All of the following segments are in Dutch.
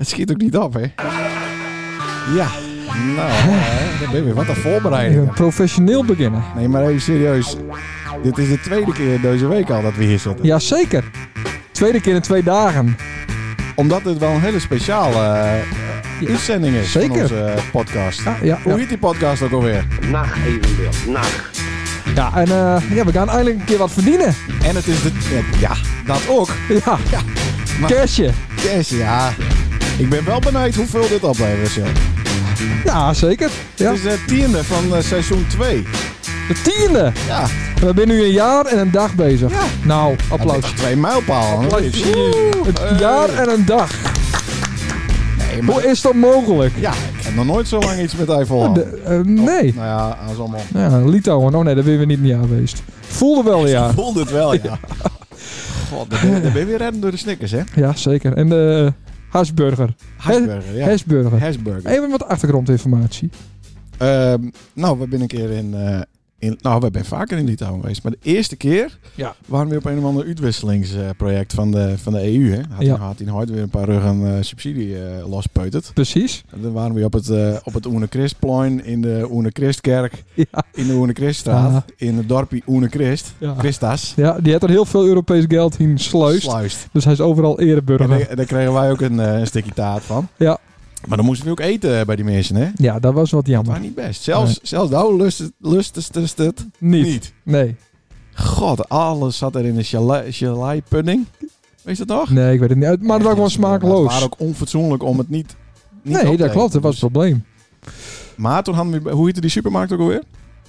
Het schiet ook niet op, hè? Ja. Nou, dan ben je weer wat aan voorbereidingen. Professioneel beginnen. Nee, maar even serieus. Dit is de tweede keer deze week al dat we hier zitten. Jazeker. Tweede keer in 2 dagen. Omdat dit wel een hele speciale uitzending is Zeker. van onze podcast. Ja. Hoe heet die podcast ook alweer? Nacht evenbeeld, nacht. Ja, en we gaan eindelijk een keer wat verdienen. En het is de... Ja, dat ook. Ja. Maar- Cashje. Yes, ja. Ik ben wel benieuwd hoeveel dit oplevert, Sil. Ja, zeker. Ja. Het is het 10e van seizoen 2. De 10e. Ja. We zijn nu een jaar en een dag bezig. Ja. Nou, Dat applaus. is 2 mijlpalen. Een jaar en een dag. Nee, maar... Hoe is dat mogelijk? Ja, ik heb nog nooit zo lang iets met Eiffel aan. Nee. Nou ja, allemaal. Ja, Litouwen. Oh nee, daar ben we niet een jaar geweest. Voelde wel een Ik jaar. voelde het wel, ja. God, dan ben je weer redden door de Snickers, hè? Ja, zeker. En de Hashburger. Hashburger, ja. Hashburger. Hashburger. Even wat achtergrondinformatie. Nou, we zijn een keer we zijn vaker in Litouwen geweest. Maar de eerste keer waren we op een of ander uitwisselingsproject van de EU. Hè. Had hij nooit weer een paar ruggen subsidie lospeuterd. Precies. En dan waren we op het Oene Christplein in de Oene Christkerk. Ja. In de Oene Christstraat. Ja. In het dorpje Oene Christ. Ja. Christas. Ja, die had er heel veel Europees geld in sluist. Dus hij is overal ereburger. En daar kregen wij ook een stukje taart van. Ja. Maar dan moesten we ook eten bij die mensen, hè? Ja, dat was wat Dat jammer. was niet best. Zelfs nou lust het niet. Nee. God, alles zat er in een gelei pudding. Weet je dat nog? Nee, ik weet het niet. Maar het was gewoon Het smakeloos. was ook onfatsoenlijk om het niet Nee, op te dat klopt. eten. Dat was het probleem. Maar toen hadden we... Hoe heette die supermarkt ook alweer?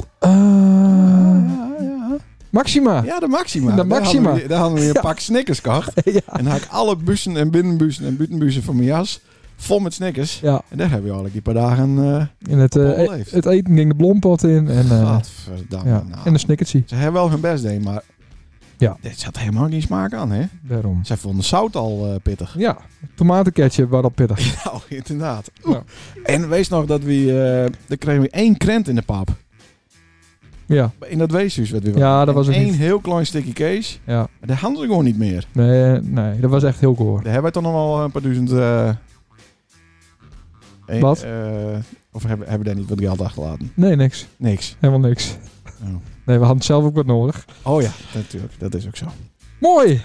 Maxima. Ja, de Maxima. De Maxima. Daar hadden we een pak Snickers gekocht. Ja. En dan had ik alle bussen en binnenbussen en buitenbussen van mijn jas vol met Snickers. Ja. En daar hebben we eigenlijk die paar dagen En overleefd. het eten ging de blompot in. En, Godverdamme. ja. Nou, En een snickertje. ze hebben wel hun best deed, maar Ja. dit zat helemaal geen smaak aan, hè? Daarom. Zij vonden zout al pittig. Ja. Tomatenketchup was al pittig. Nou, inderdaad. Ja. En wees nog dat dan kregen we 1 krent in de pap. Ja. In dat weeshuis. Ja, dat was ook één niet. heel klein stukje kees. Ja. Dat hadden ze gewoon niet meer. Nee, dat was echt heel goor. Daar hebben we toch nog wel een paar duizend... Wat? Of hebben we daar niet wat geld achterlaten? Nee, niks. Niks. Helemaal niks. Oh. Nee, we hadden zelf ook wat nodig. Oh ja, natuurlijk. Dat is ook zo. Mooi!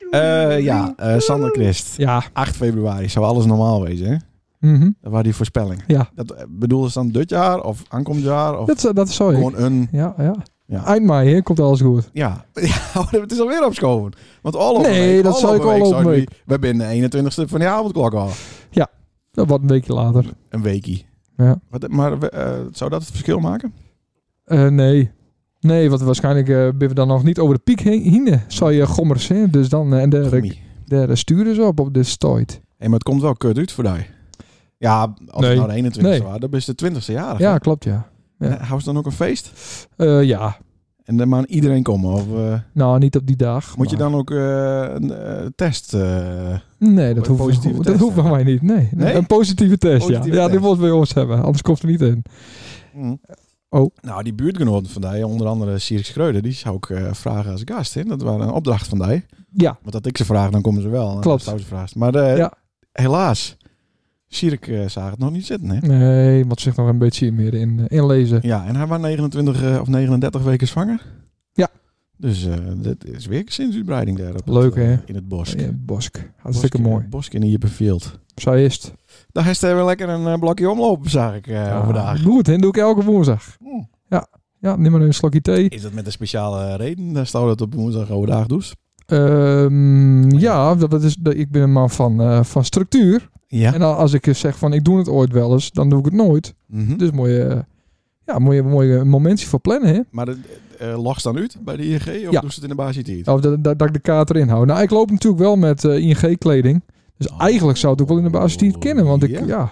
Sander Christ. Ja. 8 februari zou alles normaal wezen, hè? Mhm. Dat waren die voorspelling. Ja. Dat bedoelde ze dan dit jaar of aankomend jaar? Of Dat is zo. gewoon een... Ja. Ja. Eind mei hè, komt alles goed. Ja, het is alweer opschoven. Want Dat zou ik al op week. We zijn de 21ste van de avondklok al. Dat wordt een weekje later. Een weekie. Ja. Maar zou dat het verschil maken? Nee. Nee, want waarschijnlijk ben we dan nog niet over de piek heen. Zou je gommers, hè? Dus dan... En daar sturen ze op de stoit. Maar het komt wel kut uit voor jou. Ja, als Nee. het nou de 21ste was, dan is de 20ste jaar. Ja, klopt, ja. Ja. Hou ze dan ook een feest? Ja. En dan mag iedereen komen? Of Nou, niet op die dag. moet je maar- dan ook een test... Nee, dat een hoeft positieve dat test hoeft van mij niet. Nee. Nee? Een positieve test, Positieve ja. Ja, test. die moet bij ons hebben. Anders komt er niet in. Oh. Nou, die buurtgenoten van die, onder andere Sierik Schreuder, die zou ik vragen als gast. Hè? Dat waren een opdracht van die. Ja. Want dat ik ze vraag, dan komen ze wel. Klopt. Zou ze vragen. Maar Ja. helaas, Sierik zag het nog niet zitten. Hè? Nee, moet zich nog een beetje meer inlezen. Ja, en hij was 29 of 39 weken zwanger. Ja. Dus dat is weer een sinsuitbreiding daar op Leuk, hè? in het bos. Ja, Bosk. Hartstikke mooi. Bosk in Jippenfield. Zo is het. Daar heeft hij weer lekker een blokje omlopen, zag ik overdag. Goed, hè? Doe ik elke woensdag. Hm. Ja, neem maar een slokje thee. Is dat met een speciale reden? Daar staat dat op woensdag overdag doet. Ja, ik ben een man van structuur. Ja. En als ik zeg van ik doe het ooit wel eens, dan doe ik het nooit. Mhm. Dus mooie momentje voor plannen, hè? Maar lag ze dan uit bij de ING of Ja. doet ze het in de basitiet? Of dat ik de kaart erin hou. Nou, ik loop natuurlijk wel met ING-kleding. Dus eigenlijk zou het ook wel in de basis kennen. Want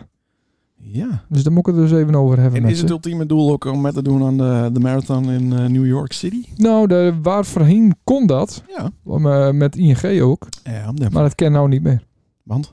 Ja. dus daar moet ik het dus even over hebben. En met is het ze. ultieme doel ook om met te doen aan de marathon in New York City? Nou, waar voorheen kon dat. Ja. Met ING ook. Ja, Maar dat ken nou niet meer. Want?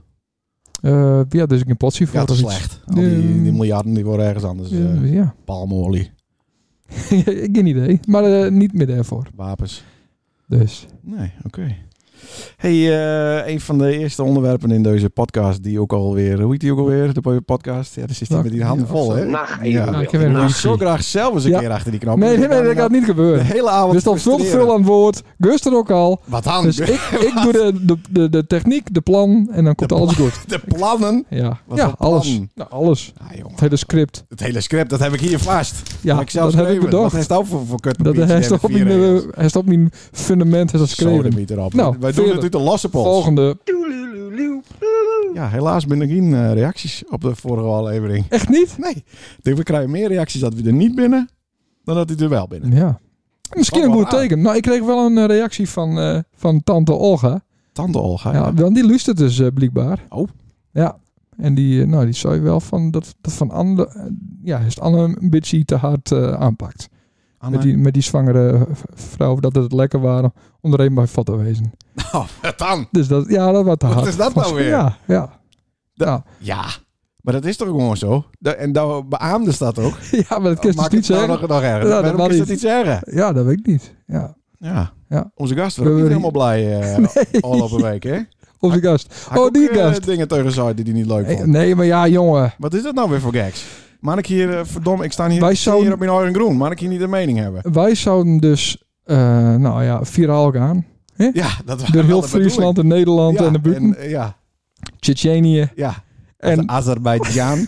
Dus ik een potje voor. Ja, dat is of iets. slecht. Al die miljarden die worden ergens anders. Ja. Palmolie, Geen idee. Maar niet meer daarvoor. wapens. Dus. Nee, oké. Hey, een van de eerste onderwerpen in deze podcast die ook alweer... Hoe heet die ook alweer, de podcast? Ja, dus is die met die handen vol, hè? Nacht ik heb een zo graag zelf eens een keer achter die knop. Nee, dat gaat niet gebeuren. De hele avond Dus dan veel te veel aan het woord. Gus er ook al. Wat dan? Dus ik doe de techniek, de plan en dan komt alles goed. De plannen? Ja, Wat ja voor plan? alles. Nou, alles. Ah, jongen. Het hele script. Het hele script, dat heb ik hier vast. Ja, ik zelf dat heb ik geschreven. bedacht. Wat heeft het ook voor Dat kutpapiertje? hij is op mijn fundament has geschreven. Erop. Nou, Wij doen het uit de losse pols. Volgende. Ja, helaas ben er geen reacties op de vorige aflevering. Echt niet? Nee. We krijgen meer reacties dat we er niet binnen dan dat die er wel binnen. Ja. Misschien een goed teken. Nou, ik kreeg wel een reactie van tante Olga. Tante Olga. Ja, want die luistert dus blijkbaar. Oh. Ja. En die zei wel van dat van Anne, is Anne een beetje te hard aanpakt. Anne? Met die zwangere vrouw, dat het lekker waren om er even bij vat te wezen. Nou, wat dan? Dus dat was te hard. Wat is dat nou weer? Ja. Ja, maar dat is toch gewoon zo? En daar beaamde staat ook. Ja, maar dat kun je dus niet zeggen. Nog erger. Ja, Waarom kun je dat niet zeggen? Ja, dat weet ik niet. Ja. Onze gast was ook niet helemaal blij al op een week, hè? Onze gast. Die gast. Dingen tegen zei die hij niet leuk vond. Nee, maar ja, jongen. Wat is dat nou weer voor gags? Maar ik hier, verdomme, ik sta hier op mijn oren groen. Maar ik hier niet de mening hebben. Wij zouden dus, viraal gaan. Hè? Ja, dat was door heel Friesland en Nederland en de buiten. Tsjetsjenië. Ja. En Azerbeidzjan.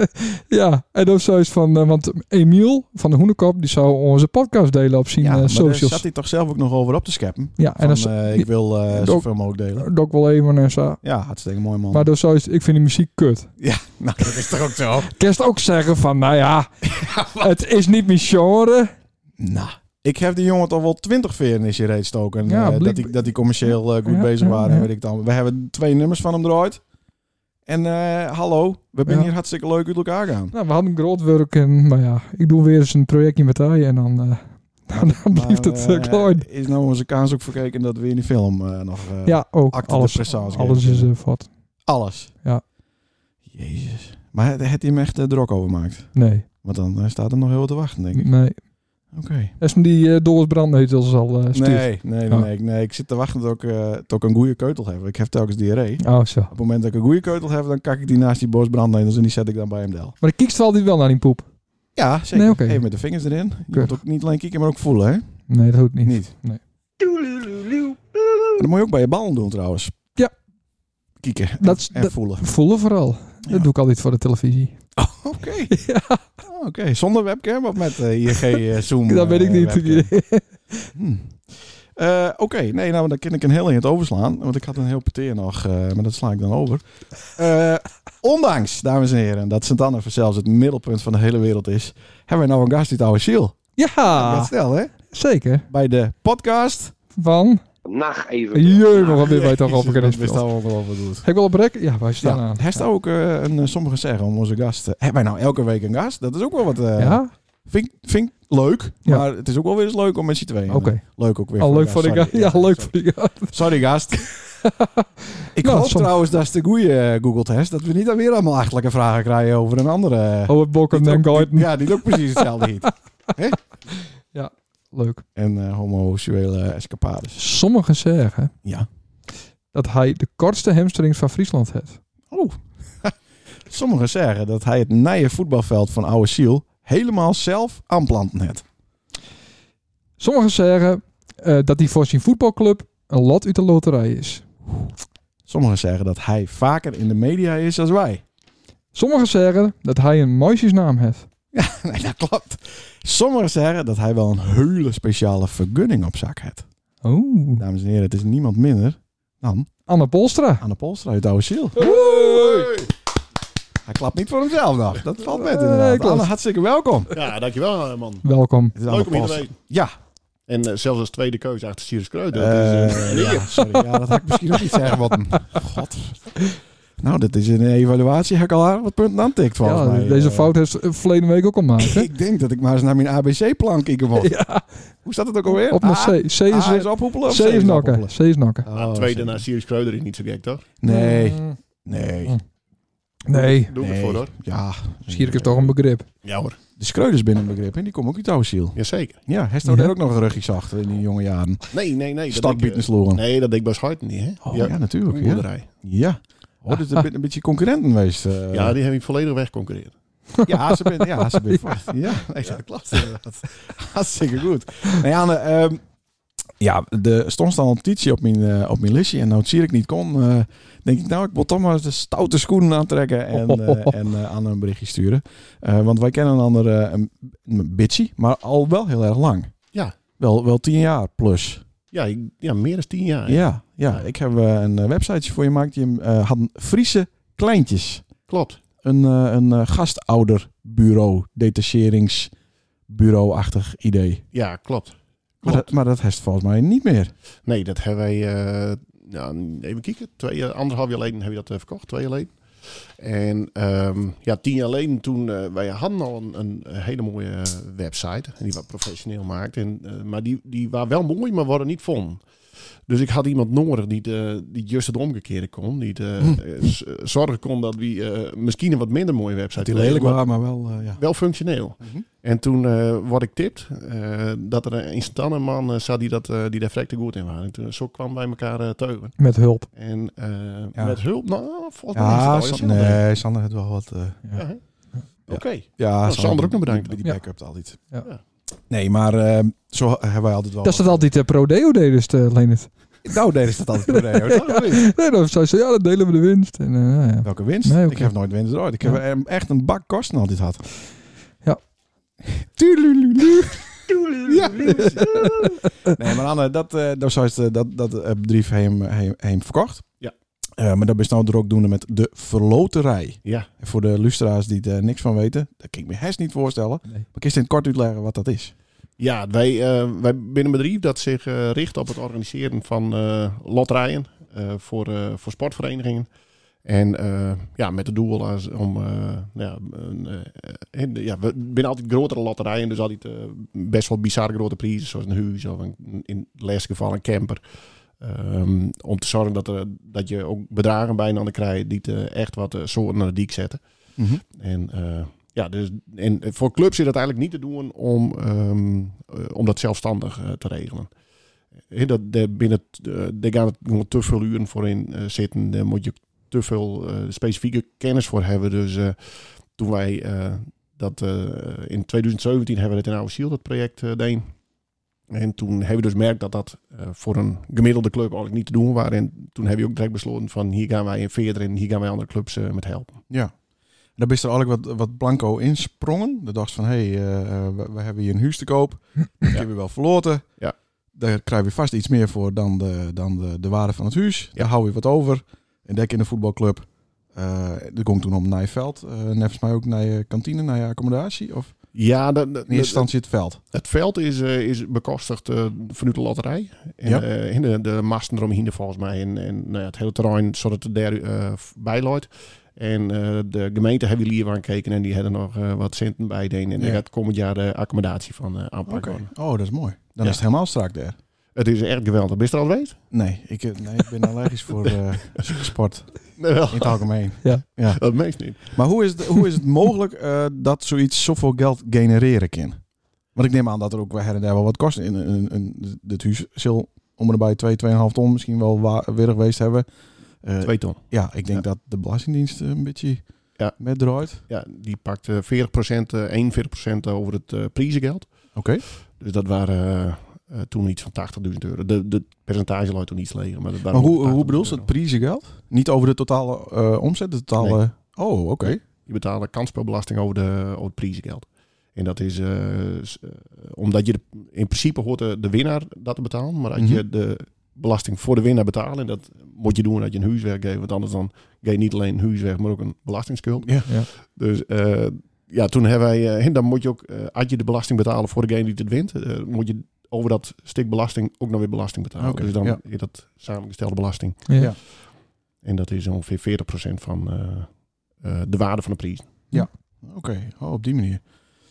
Ja, en dan zoiets van, want Emiel van de Hoenekop, die zou onze podcast delen op zijn maar socials. daar zat hij toch zelf ook nog over op te scheppen. Ja, en ik wil zoveel mogelijk delen. Dat ook wel even en zo. Ja, hartstikke mooi man. Maar dan zoiets, ik vind die muziek kut. Ja, nou dat is toch ook zo. Kerst ook zeggen van, nou ja, het is niet mijn genre. Nou, ik heb die jongen toch wel 20 veren in zijn reet stoken. Ja, dat die commercieel goed bezig waren. En weet ik dan. We hebben 2 nummers van hem eruit. En hallo, we zijn hier hartstikke leuk uit elkaar gaan. Nou, we hadden groot werk en, maar ja, ik doe weer eens een projectje met hij en dan blijft het klein. Is nou onze kans ook verkeken dat we in die film nog ook alles is vat. Alles? Ja. Jezus. Maar heeft hij hem echt drok over gemaakt? Nee. Want dan staat er nog heel wat te wachten, denk ik. Nee. Oké. Is me die Doris Brandneutels al stuurt? Nee. Ik zit te wachten tot ik een goede keutel heb. Ik heb telkens diarree. Oh, zo. Op het moment dat ik een goede keutel heb, dan kak ik die naast die bos brandneutels en die zet ik dan bij hem del. Maar de kiekst valt die wel naar die poep? Ja, zeker. Nee, okay. Even met de vingers erin. Je moet ook niet alleen kieken, maar ook voelen, hè? Nee, dat hoeft niet. Nee. Dat moet je ook bij je ballen doen, trouwens. Ja. Kieken en voelen. Voelen vooral. Ja. Dat doe ik altijd voor de televisie. Oh, oké. Ja. Oké. Zonder webcam of met ING Zoom? Dat weet ik niet. Oké. Nee, nou, dan kan ik een heel eind overslaan. Want ik had een heel peteer nog, maar dat sla ik dan over. Ondanks, dames en heren, dat Sint-Anne zelfs het middelpunt van de hele wereld is, hebben wij nou een gast uit Oude Ziel. Ja. Stel, hè? Zeker. Bij de podcast van... Nacht even. Jee, nog weer bij toch over kunnen spelen. Heb ik wel op rek? Ja, wij staan aan. Hij staat ook sommigen zeggen om onze gast. Hebben wij nou elke week een gast? Dat is ook wel wat. Ja. Vind ik leuk, maar het is ook wel weer eens leuk om met z'n tweeën. Oké. Leuk ook weer. Al leuk voor de gast. Ja, leuk voor de gast. Sorry, gast. Ik hoop trouwens dat ze de goeie googelt heeft, dat we niet alweer allemaal achterlijke vragen krijgen over een andere. Over Bokken en Goiten. Ja, die ook precies hetzelfde heet. Ja, leuk. En homoseksuele escapades. Sommigen zeggen dat hij de kortste hamstrings van Friesland heeft. Oh. Sommigen zeggen dat hij het nieuwe voetbalveld van Oude Ziel helemaal zelf aanplanten heeft. Sommigen zeggen dat hij voor zijn voetbalclub een lot uit de loterij is. Sommigen zeggen dat hij vaker in de media is als wij. Sommigen zeggen dat hij een meisjesnaam heeft. Ja, nee, dat klopt. Sommigen zeggen dat hij wel een hele speciale vergunning op zak heeft. Oh. Dames en heren, het is niemand minder dan... Anne Polstra. Anne Polstra uit Oude Ziel. Hey. Hij klapt niet voor hemzelf nog. Dat valt met inderdaad. Anne, hartstikke welkom. Ja, dankjewel man. Welkom. Leuk om hier te weten. Ja. En zelfs als tweede keuze achter Sirius Kreuter. Sorry. Ja, dat had ik misschien ook niet zeggen. God. Nou, dit is een evaluatie. Heb ik al wat punten aantikt volgens mij. Deze fout heeft verleden week ook al gemaakt. Ik denk dat ik maar eens naar mijn ABC-plan kijken moet. Ja. Hoe staat het ook alweer? Op naar C. C is ophoepelen of C is nokken. C is nokken. Tweede naar Sirius Kreuter is niet zo gek, toch? Nee. Nee. Doe ik het voor, hoor. Ja. Schierik is toch een begrip. Ja, hoor. De Schreuders binnen een begrip, en die komen ook uit Ouweziel. Jazeker. Ja, hij staat daar ook nog een rugjes achter in die jonge jaren. Nee. Stadbieten sloegen. Nee, dat deed ik bij Schuiten niet, hè? Oh, ja, natuurlijk. Een Ja. boerderij. Ja. Oh, dit is een beetje concurrenten geweest. Ja, die heb ik volledig wegconcurreerd. Ja, ze ben ja, nee, dat klopt. Dat hartstikke goed. Nee, Anne, ja, er stond al een tietje op mijn listje en nou zie ik niet kon. Denk ik, nou, ik wil toch maar eens de stoute schoenen aantrekken en aan een berichtje sturen. Want wij kennen een ander een bitchie, maar al wel heel erg lang. Ja. Wel 10 jaar plus. Ja, meer dan 10 jaar. Ja, ik heb een websiteje voor je gemaakt. Die hadden Friese kleintjes. Klopt. Een gastouderbureau, detacheringsbureau-achtig idee. Ja, klopt. Maar dat heeft volgens mij niet meer. Nee, dat hebben wij... even kijken. 1,5 jaar geleden heb je dat verkocht. 2 jaar geleden. En 10 jaar geleden toen... wij hadden al een hele mooie website. En die was professioneel gemaakt. Maar die waren wel mooi, maar worden niet vonden. Dus ik had iemand nodig die juist het omgekeerde kon. Die zorgen kon dat we misschien een wat minder mooie website Die lelijk waren, maar wel... wel functioneel. Mm-hmm. En toen word ik tipt dat er een instanne man zat die daar vrek goed in waren. En toen zo kwam bij elkaar teugen. Met hulp. En met hulp, nou, volgens mij is het al nee, Sander heeft wel wat... Oké. Ja, Sander ook nog bedankt. Die backup altijd. Ja. Nee, maar zo hebben wij altijd wel... Dat is dat altijd Prodeo deed, dus Leonard. Nou, deden ze dat altijd voor de Nee, dan zei ze, ja, dan delen we de winst. En, ja. Welke winst? Nee, Ik heb nooit winst eruit. Ik heb echt een bak kosten altijd gehad. Ja. Ja. Nee, maar Anne, dat bedrijf hem verkocht. Ja. Maar dat bestaat er ook doen met de verloterij. Ja. En voor de luisteraars die er niks van weten, dat kan ik me hest niet voorstellen. Nee. Maar kun je in het kort uitleggen wat dat is? Ja, wij binnen een bedrijf dat zich richt op het organiseren van loterijen voor sportverenigingen. En met het doel om... we binnen altijd grotere loterijen, dus altijd best wel bizarre grote prijzen, zoals een huis of in het laatste geval een camper. Om te zorgen dat je ook bedragen bijna krijgt die echt wat soorten naar de dik zetten. Mm-hmm. En voor clubs is dat eigenlijk niet te doen om dat zelfstandig te regelen. Daar gaan het te veel uren voor in zitten. Daar moet je te veel specifieke kennis voor hebben. Dus toen wij in 2017 hebben we het in Ouweziel, dat project deden. En toen hebben we dus gemerkt dat voor een gemiddelde club eigenlijk niet te doen was. En toen hebben we ook direct besloten van hier gaan wij in verder en hier gaan wij andere clubs met helpen. Ja. Daar is er eigenlijk wat blanco insprongen. De dacht van, we hebben hier een huis te koop. Dat hebben we wel verloten. Ja. Daar krijg je vast iets meer voor dan de waarde van het huis. Ja. Daar hou je wat over. En dek in de voetbalclub. Er komt toen op naar je veld. Nevens mij ook naar je kantine, naar je accommodatie. Of ja, in eerste instantie het veld. Het veld is bekostigd vanuit de loterij. En de masten eromheen volgens mij. En het hele terrein zodat het daar bijloopt. En de gemeente hebben hier aan gekeken en die hadden nog wat centen bij deden. En daar gaat komend jaar de accommodatie van aanpakken. Okay. Oh, dat is mooi. Dan is het helemaal strak daar. Het is echt geweldig. Ben je er al geweest? Nee, ik ben allergisch voor sport. Nee, in het algemeen. Ja. Dat meest niet. Maar hoe is het mogelijk dat zoiets zoveel geld genereren kan? Want ik neem aan dat er ook her en der wel wat kost. Dit huis zal om en bij 2,5 ton misschien wel weer geweest hebben. 2 ton. Ja, ik denk dat de Belastingdienst een beetje met draait. Ja, die pakt 41% over het prijzengeld. Oké. Dus dat waren toen iets van €80.000. De percentage loopt toen iets leger. Maar hoe bedoel je het prijzengeld? Niet over de totale omzet? De totale... Nee. Oh, oké. Nee, je betaalt kansspelbelasting over het prijzengeld. En dat is omdat je in principe hoort de winnaar dat te betalen. Maar als je de belasting voor de winnaar betalen, en dat moet je doen als je een huiswerk geeft. Want anders dan ga je niet alleen een huiswerk, maar ook een belastingsschuld. Ja. Dus toen hebben wij... dan moet je ook, als je de belasting betalen voor degene die het wint, moet je over dat stuk belasting ook nog weer belasting betalen. Okay, dus dan is dat samengestelde belasting. Ja. En dat is ongeveer 40% van de waarde van de prijs. Ja, oké. Oh, op die manier.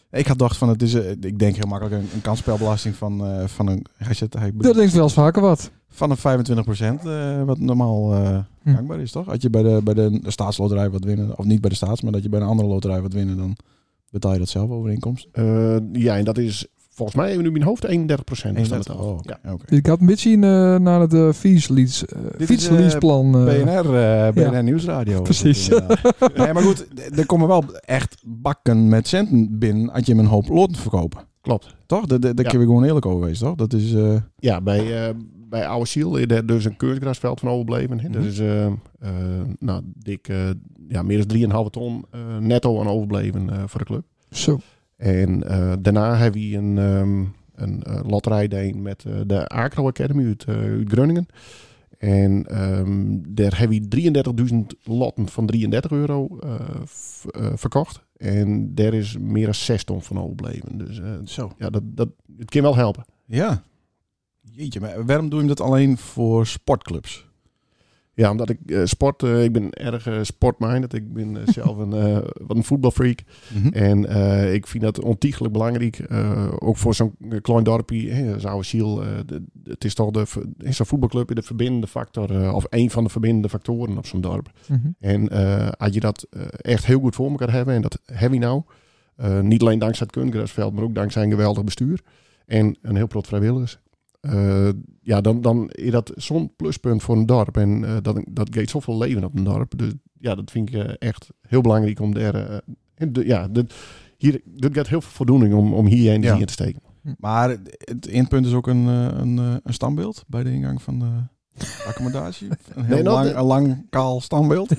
Ik had gedacht van het is, ik denk heel makkelijk een kansspelbelasting van een. Dat denk ik wel eens vaker wat. Van een 25%, wat normaal gangbaar is, toch? Als je bij de staatsloterij wat winnen, of niet bij de staats, maar dat je bij een andere loterij wat winnen, dan betaal je dat zelf overeenkomst. Ja, en dat is volgens mij even nu in mijn hoofd 31%. Ik had een beetje naar het fietsleaseplan. BNR Nieuwsradio. Precies. Nee, maar goed, er komen wel echt bakken met centen binnen als je hem een hoop loten verkopen. Klopt. Toch? Daar kun je gewoon eerlijk over wezen, toch? Dat is... Ja, bij Oude Ziel is er dus een kunstgrasveld van overbleven. Mm-hmm. Dat is dik meer dan 3,5 ton netto aan overbleven voor de club. Zo. En daarna hebben we een loterij met de Acro Academy uit Groningen. En daar hebben we 33.000 lotten van €33 verkocht. En daar is meer dan 6 ton van overbleven. Dus zo. Ja, het kan wel helpen. Ja. Jeetje, maar waarom doe je dat alleen voor sportclubs? Ja, omdat ik ik ben erg sportminded. Ik ben zelf een voetbalfreak. Mm-hmm. En ik vind dat ontiegelijk belangrijk. Ook voor zo'n klein dorpje, Oude Ziel. Het is toch zo'n voetbalclub de verbindende factor. Of een van de verbindende factoren op zo'n dorp. Mm-hmm. En als je dat echt heel goed voor elkaar hebben. En dat heb je nou. Niet alleen dankzij het kunstgrasveld, maar ook dankzij een geweldig bestuur. En een heel groot vrijwilligers. Dan is dat zo'n pluspunt voor een dorp. En dat geeft zoveel leven op een dorp. Dus ja, dat vind ik echt heel belangrijk om daar... dit gaat heel veel voldoening om hierheen te steken. Maar het eindpunt is ook een standbeeld bij de ingang van de accommodatie? Een lang kaal standbeeld?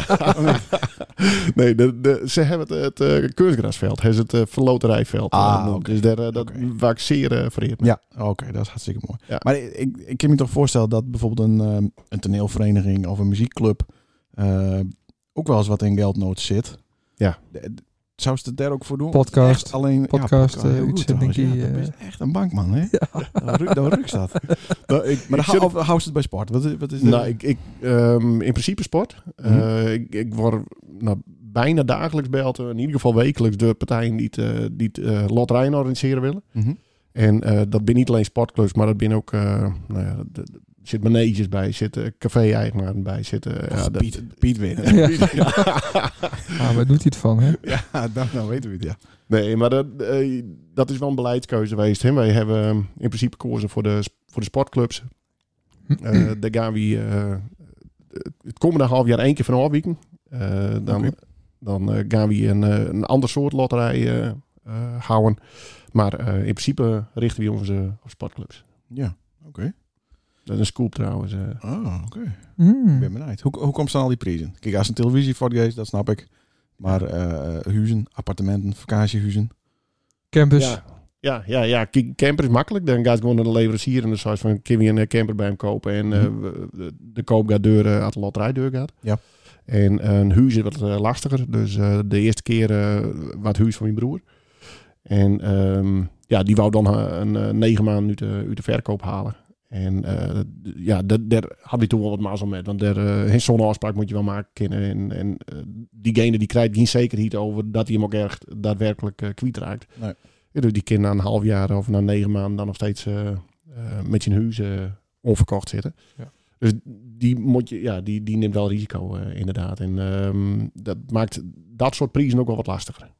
Nee, ze hebben het kunstgrasveld. Het is het verloterijveld. Dus dat waar ik zeer vereerd ben. Ja, oké, dat is hartstikke mooi. Ja. Maar ik kan me toch voorstellen dat bijvoorbeeld een toneelvereniging of een muziekclub ook wel eens wat in geldnood zit. Ja. Zou ze het daar ook voor doen? Podcast. Uitzending. Dat is echt een bankman, hè? Ja. Daar rukt dat. Maar hou ze het bij sport? Wat is in principe sport. Ik word bijna dagelijks belt, in ieder geval wekelijks, de partijen die loterijen organiseren willen. Mm-hmm. En dat ben niet alleen sportclubs, maar dat ben ook... zit maneges bij, zitten café-eigenaren bij, zitten... Piet winnen. Ja. Waar doet hij het van, hè? Ja, dan weten we het, ja. Nee, maar dat is wel een beleidskeuze geweest. Hè? Wij hebben in principe gekozen voor de sportclubs. Daar gaan we het komende half jaar 1 keer van afwijken. Dan gaan we een ander soort loterij houden. Maar in principe richten we ons op sportclubs. Ja, oké. Dat is een scoop trouwens. Oké. Ik ben benieuwd. Hoe komt dan al die prijzen? Kijk, als een televisie voortgeeft, dat snap ik. Maar huizen, appartementen, vakantiehuizen. Campers. Ja. Camper is makkelijk. Dan gaat gewoon naar de leverancier en dan zou je van, kun je een camper bij hem kopen. En de koop gaat deur aan de loterijdeur gaat. Ja. En een huis is wat lastiger. Dus de eerste keer wat huis van mijn broer. En die wou dan een 9 maanden uit de verkoop halen. En daar had ik toen wel wat mazzel met. Want in zo'n afspraak moet je wel maken kunnen. En diegene die krijgt geen zekerheid over dat hij hem ook echt daadwerkelijk kwijtraakt. Nee. Dus die kan na een half jaar of na 9 maanden dan nog steeds met zijn huis onverkocht zitten. Ja. Dus die neemt wel risico inderdaad. En dat maakt dat soort prijzen ook wel wat lastiger.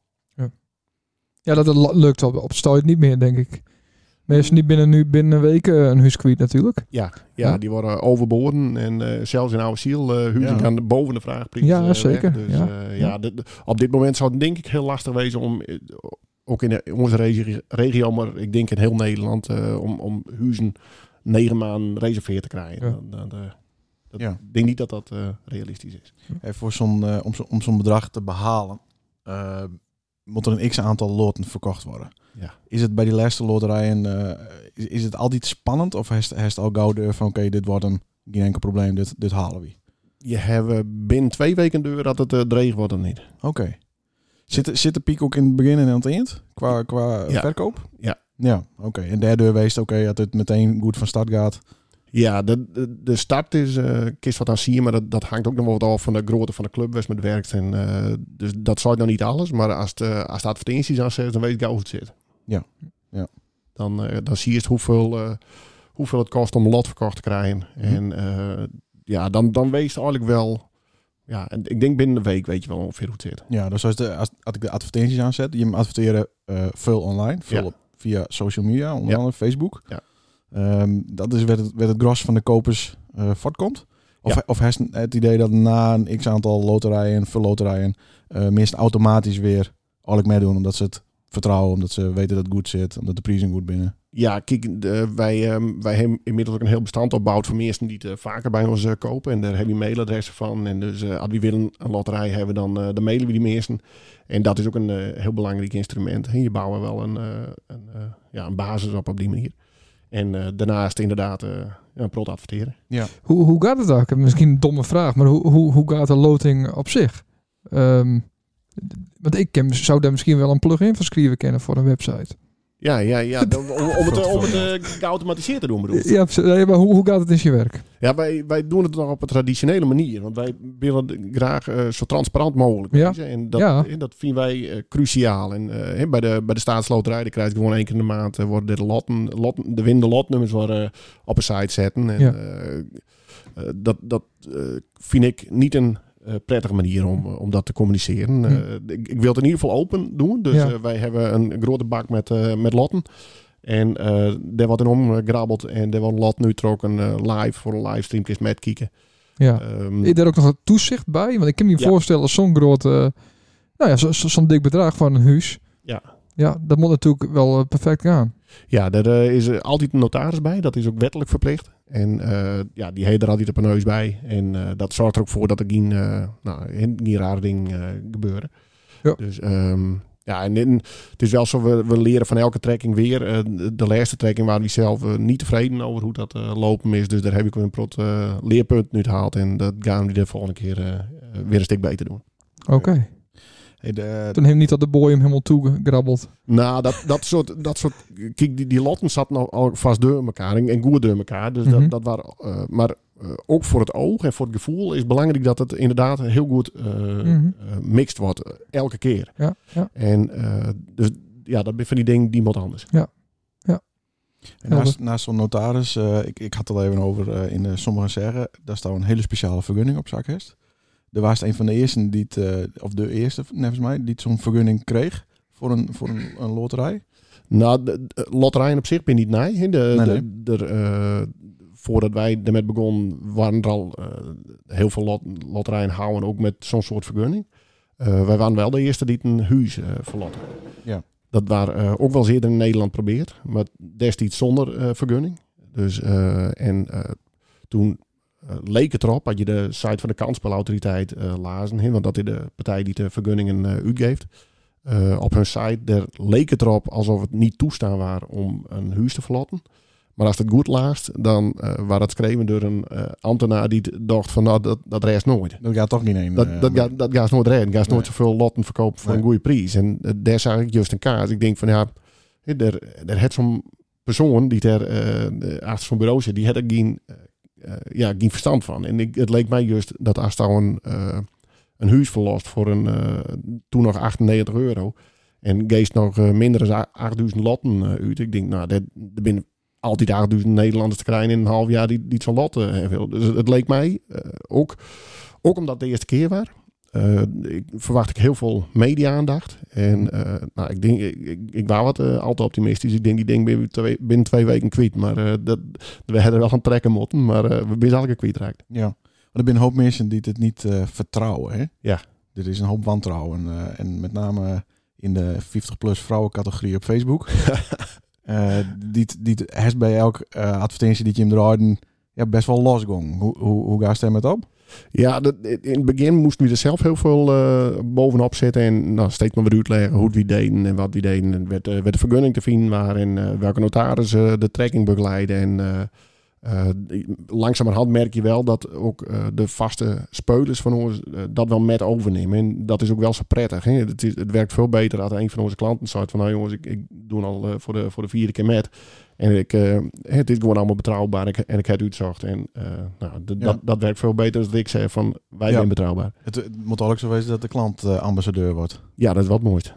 Ja, dat lukt op Stoit niet meer, denk ik. Mensen die binnen een week een huis kwijt natuurlijk. Ja, die worden overboden. En zelfs in Oude Ziel huizen gaan boven de vraagprijs. Ja, zeker. Dus, op dit moment zou het denk ik heel lastig wezen om... ook in onze regio, maar ik denk in heel Nederland... om huizen 9 maanden reserveerd te krijgen. Ja. Ik denk niet dat dat realistisch is. Voor om zo'n bedrag te behalen... moet er een x-aantal loten verkocht worden. Ja. Is het bij die laatste loterijen... is het altijd spannend? Of heeft het al gauw deur van... oké, dit wordt geen enkel probleem, dit halen we? Je hebt binnen 2 weken deur dat het dreig wordt of niet. Oké. Zit de piek ook in het begin en aan het eind? Qua verkoop? Ja. Ja, oké. En derde deur wees, als het meteen goed van start gaat... Ja, de start is kist wat aan zien, maar dat hangt ook nog wat af van de grootte van de club waar ze met werkt. En, dus dat zou nog niet alles, maar als de advertenties aan zet, dan weet ik gauw hoe het zit. Ja. Dan zie je het hoeveel het kost om een lot verkocht te krijgen. En dan wees het eigenlijk wel. Ja, en ik denk binnen de week weet je wel ongeveer hoe het zit. Ja, dus als ik de advertenties aanzet, je adverteren veel online, veel via social media, onder andere Facebook. Ja. Dat is waar het gros van de kopers voortkomt. Of heeft het idee dat na een x-aantal loterijen, veel loterijen, meestal automatisch weer eigenlijk meedoen, omdat ze het vertrouwen, omdat ze weten dat het goed zit, omdat de prijzen goed binnen. Ja, kijk, wij hebben inmiddels ook een heel bestand opgebouwd van mensen die het vaker bij ons kopen. En daar hebben we mailadressen van. En dus als we willen een loterij hebben, dan mailen we die mensen. En dat is ook een heel belangrijk instrument. En je bouwt wel een basis op die manier. En daarnaast inderdaad een prot adverteren. Ja. Hoe gaat het ook? Misschien een domme vraag, maar hoe gaat de loting op zich? Want ik zou daar misschien wel een plugin van schrijven kennen voor een website. Ja. Om het geautomatiseerd te doen, bedoel je? Ja, maar hoe gaat het in je werk? Ja, wij doen het nog op een traditionele manier. Want wij willen graag zo transparant mogelijk wezen. En dat vinden wij cruciaal. En bij de staatsloterij, dan krijg je gewoon 1 keer in de maand worden de winnende lotnummers worden op een site zetten. En dat vind ik niet een prettige manier om dat te communiceren. Ik wil het in ieder geval open doen. Dus wij hebben een grote bak met lotten. En daar wordt een omgrabbeld. En daar wordt lot nu ook een live voor een livestream met kijken. Ja. Is er ook nog een toezicht bij? Want ik kan me niet voorstellen als zo'n groot... zo'n dik bedrag van een huis. Ja, dat moet natuurlijk wel perfect gaan. Ja, er is altijd een notaris bij. Dat is ook wettelijk verplicht. En die heeft er altijd op een neus bij. En dat zorgt er ook voor dat er geen rare dingen gebeuren. Ja. Dus en het is wel zo, we leren van elke trekking weer. De laatste trekking waren we zelf niet tevreden over hoe dat lopen is. Dus daar heb ik een leerpunt nu gehaald. En dat gaan we de volgende keer weer een stuk beter doen. Oké. Toen heeft niet dat de boy hem helemaal toegegrabbeld. Nou, dat soort kijk, die lotten zaten al vast door elkaar en goed door elkaar. Dus dat waren, maar ook voor het oog en voor het gevoel is het belangrijk dat het inderdaad heel goed mixed wordt, elke keer. Ja. En dus ja, dat ben van die dingen die moet anders. Ja. En naast zo'n notaris, ik had het al even over in sommigen zeggen, daar staat een hele speciale vergunning op zak heeft. Er was een van de eersten die de eerste, volgens mij, die zo'n vergunning kreeg voor een loterij. Nou, de loterijen op zich ben niet nee. Voordat wij ermee begonnen, waren er al heel veel loterijen houden ook met zo'n soort vergunning. Wij waren wel de eerste die een huis verlotten. Ja. Dat waren ook wel eens eerder in Nederland probeerd, maar destijds zonder vergunning. Dus toen leek het erop, had je de site van de kansspelautoriteit lazen, want dat is de partij die de vergunningen uitgeeft. Op hun site, daar leek het erop alsof het niet toestaan was om een huis te verlotten. Maar als het goed laast, dan was het geschreven door een ambtenaar die dacht van dat reist nooit. Dat gaat toch niet heen. Dat gaat nooit redden. Gaat nooit zoveel lotten verkopen voor een goede prijs. En daar zag ik juist een kaart. Ik denk van er had zo'n persoon die daar achter zo'n bureau zit, die had er geen verstand van. En het leek mij juist dat als daar een huis verlost voor toen nog €98 en geest nog minder dan 8.000 lotten uit. Ik denk, er binnen altijd 8.000 Nederlanders te krijgen in een half jaar die zo'n lotten hebben. Dus het leek mij, ook omdat het de eerste keer was, verwacht ik heel veel media-aandacht. En ik denk, ik was wat al te optimistisch. Ik denk, die ding binnen 2 weken kwijt. Maar we hadden wel gaan trekken moeten, maar we zijn eigenlijk kwijtraakt. Ja, maar er zijn een hoop mensen die het niet vertrouwen. Hè? Ja. Er is een hoop wantrouwen. En met name in de 50-plus vrouwencategorie op Facebook. Die heeft bij elke advertentie die je hem draaide best wel losgong. Hoe ga je er met op? Ja, in het begin moesten we er zelf heel veel bovenop zetten. En steeds maar weer uitleggen hoe we deden en wat we deden. En werd de vergunning te vinden waar en welke notaris de trekking begeleiden. En Langzamerhand merk je wel dat ook de vaste speulers van ons dat wel met overnemen. En dat is ook wel zo prettig. Hè? Het werkt veel beter als een van onze klanten zegt van nou jongens, ik doe al voor de 4e keer met. En het is gewoon allemaal betrouwbaar en ik heb het uitzocht. En dat werkt veel beter dan ik zeg van wij zijn betrouwbaar. Het moet ook zo wezen dat de klant ambassadeur wordt. Ja, dat is wat moois.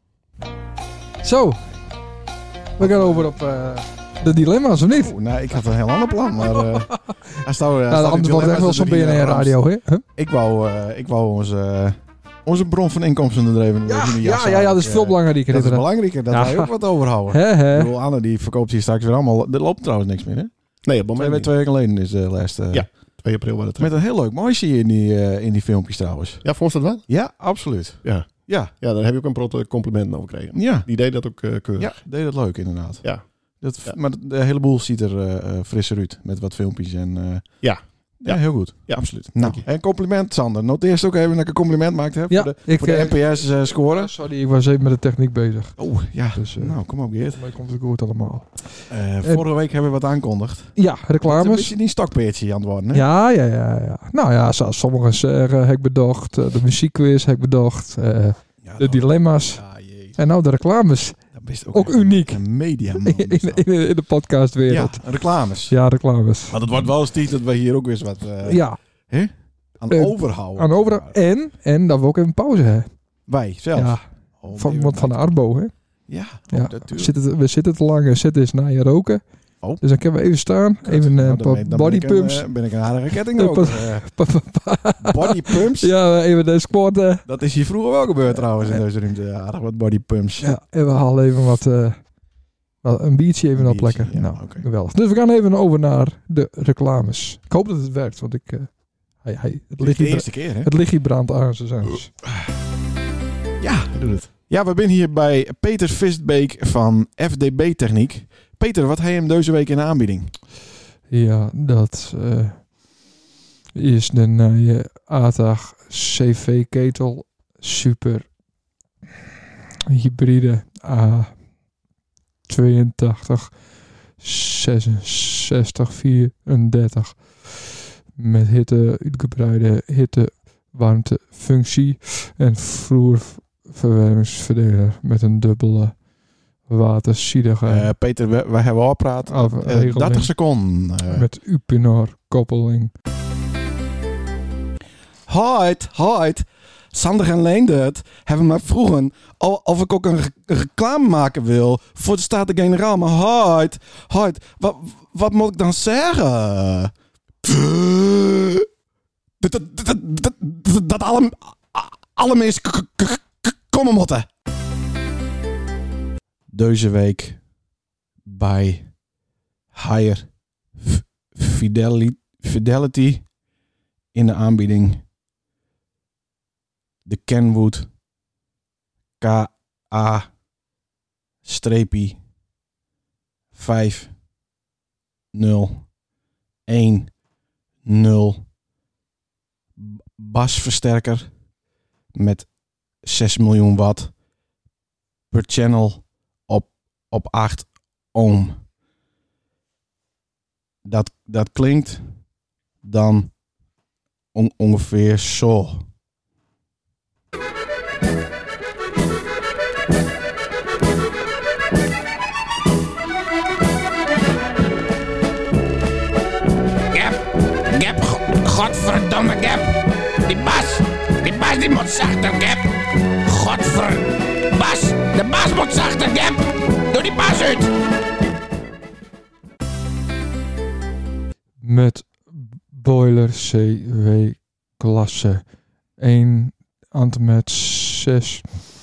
Zo, we gaan over op de dilemma's, of niet? Nou, ik had een heel ander plan, maar anders wordt het echt wel zo'n BNR-radio, hè? Huh? Ik wou onze bron van inkomsten er even ja, dat is veel belangrijker. Dat is belangrijker, dat wij ook wat overhouden. Ik bedoel, Anne die verkoopt hier straks weer allemaal. Er loopt trouwens niks meer, hè? Nee, op het moment 2 weken geleden is de laatste. 2 april was het. Met een heel leuk mooisje in die filmpjes trouwens. Ja, vond je dat wat? Ja, absoluut. Ja, daar heb je ook een grote compliment over gekregen. Ja. Die deed dat ook keurig. Ja, deed dat leuk inderdaad. Ja. Maar de hele boel ziet er frisser uit met wat filmpjes en... Ja, heel goed. Ja, absoluut. Nou, en compliment, Sander. Noteer eerst ook even dat ik een compliment maakte heb voor de NPS-score. Sorry, ik was even met de techniek bezig. Oh, ja. Dus, nou, kom op, Geert. Maar komt het goed allemaal. Vorige week hebben we wat aankondigd. Ja, reclames. Het is een beetje die stokpeertje aan het worden, hè? Ja. Nou ja, zoals sommigen zeggen, heb ik bedacht. De muziekquiz heb ik bedacht. De dilemma's. Ja, en nou de reclames. Ook uniek. Een mediaman. In de podcastwereld. Ja, reclames. Ja, reclames. Maar dat wordt wel eens tijd dat we hier ook eens wat aan overhouden. En dat we ook even pauze hebben. Wij zelf. Ja. Van de Arbo, hè? Ja, natuurlijk. We zitten te lang. Zitten eens naar je roken. Oh. Dus dan kunnen we even staan. Even een paar bodypumps. Ben ik een aardige ketting ook. Bodypumps? Ja, even de sporten. Dat is hier vroeger wel gebeurd trouwens in deze ruimte. Aardig wat bodypumps. Ja, en we halen even wat... een biertje even oplekken. Ja, nou, geweldig. Dus we gaan even over naar de reclames. Ik hoop dat het werkt, want ik... het ligt de eerste keer, hè? Het lichtje brandt aan zijn zuins. Ja, doe het. Ja, we zijn hier bij Peter Vistbeek van FDB Techniek. Peter, wat heb je hem deze week in de aanbieding? Ja, dat is de nieuwe ATAG CV-ketel Super Hybride A82 66 34 met uitgebreide hitte-warmte-functie en vloerverwarmingsverdeler met een dubbele waterziedige. Peter, wij hebben al gepraat. 30 seconden. Met Upinar koppeling. Hoi. Sander en Leendert hebben mij vroegen of ik ook een reclame maken wil voor de Staten-Generaal. Maar hoi, wat moet ik dan zeggen? Dat alle mensen komen moeten. Deze week bij Higher Fidelity in de aanbieding de Kenwood KA-5010 basversterker met 6 miljoen watt per channel op 8 ohm. Dat klinkt dan ongeveer zo. Gap, godverdomme Gap. Die Bas die moet zachter Gap. Bas, de Bas moet zachter Gap. Doe die Bas uit. Met boiler CW klasse 1 met 6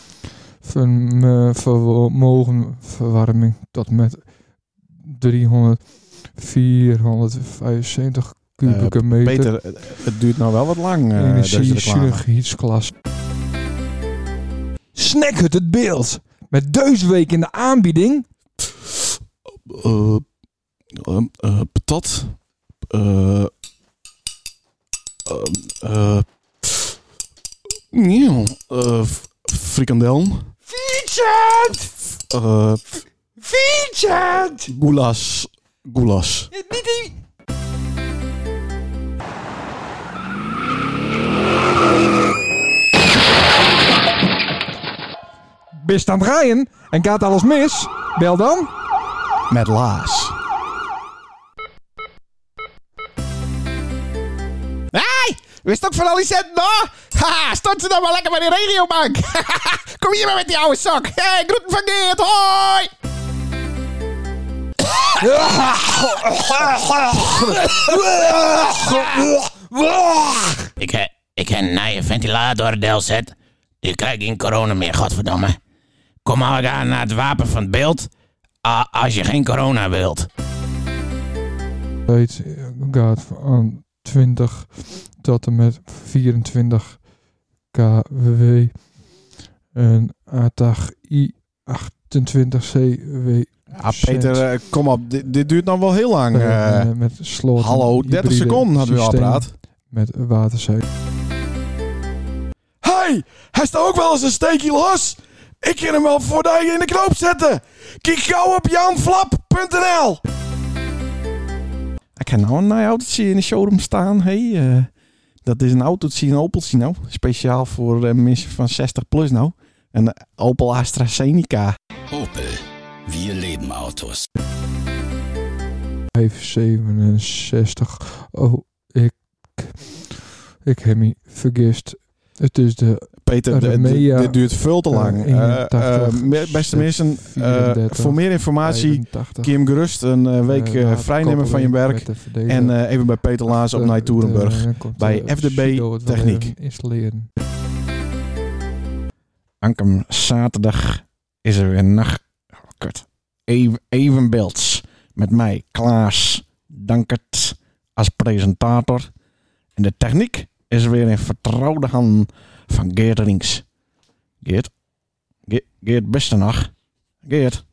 vermogenverwarming tot met 475 kubieke meter. Peter, het duurt nou wel wat lang. Energie-synergiesklas. Snackhut het beeld. Met deze week in de aanbieding. Patat. Frikandel. Fietsen! Goulash. Niet die... bist aan het rijden en gaat alles mis? Bel dan. Met Laas. Hey, wist ook van al die centen, hoor? Ha, stort ze dan maar lekker bij de regiobank. Kom hier maar met die oude sok. Hey, groeten van Geert, hoi! Ik heb een nieuwe ventilator delzet. Nu krijg ik geen corona meer, godverdomme. Kom maar gaan naar het wapen van het beeld. Als je geen corona wilt. Het gaat van 20 tot en met 24 kW. En ATAG I28CW. Ja, Peter, kom op. Dit duurt nog wel heel lang. Met slot. Hallo, 30 seconden hadden we al praat. Met waterzuiver. Hey, hij staat ook wel eens een steekje los. Ik kan hem wel voor je in de knoop zetten. Kijk gauw op janflap.nl. Ik heb nou een autootje in de showroom staan. Hey, dat is een autootje, een Opeltje nou. Speciaal voor mensen van 60 plus nou. Een Opel Astrazeneca. Opel. Wir leben Autos. 567. Oh, ik heb me vergist. Het is de Peter, dit duurt veel te lang. 81, beste mensen, voor meer informatie kun je hem gerust een week vrijnemen van je werk. En even bij Peter Laas op Nijtoerenburg bij FDB Techniek. Installeren. Ankem zaterdag is er weer nacht. Even beelds met mij, Klaas Dankert, als presentator. En de techniek is weer in vertrouwde handen van Geert Rinks. Geert, beste nog. Geert.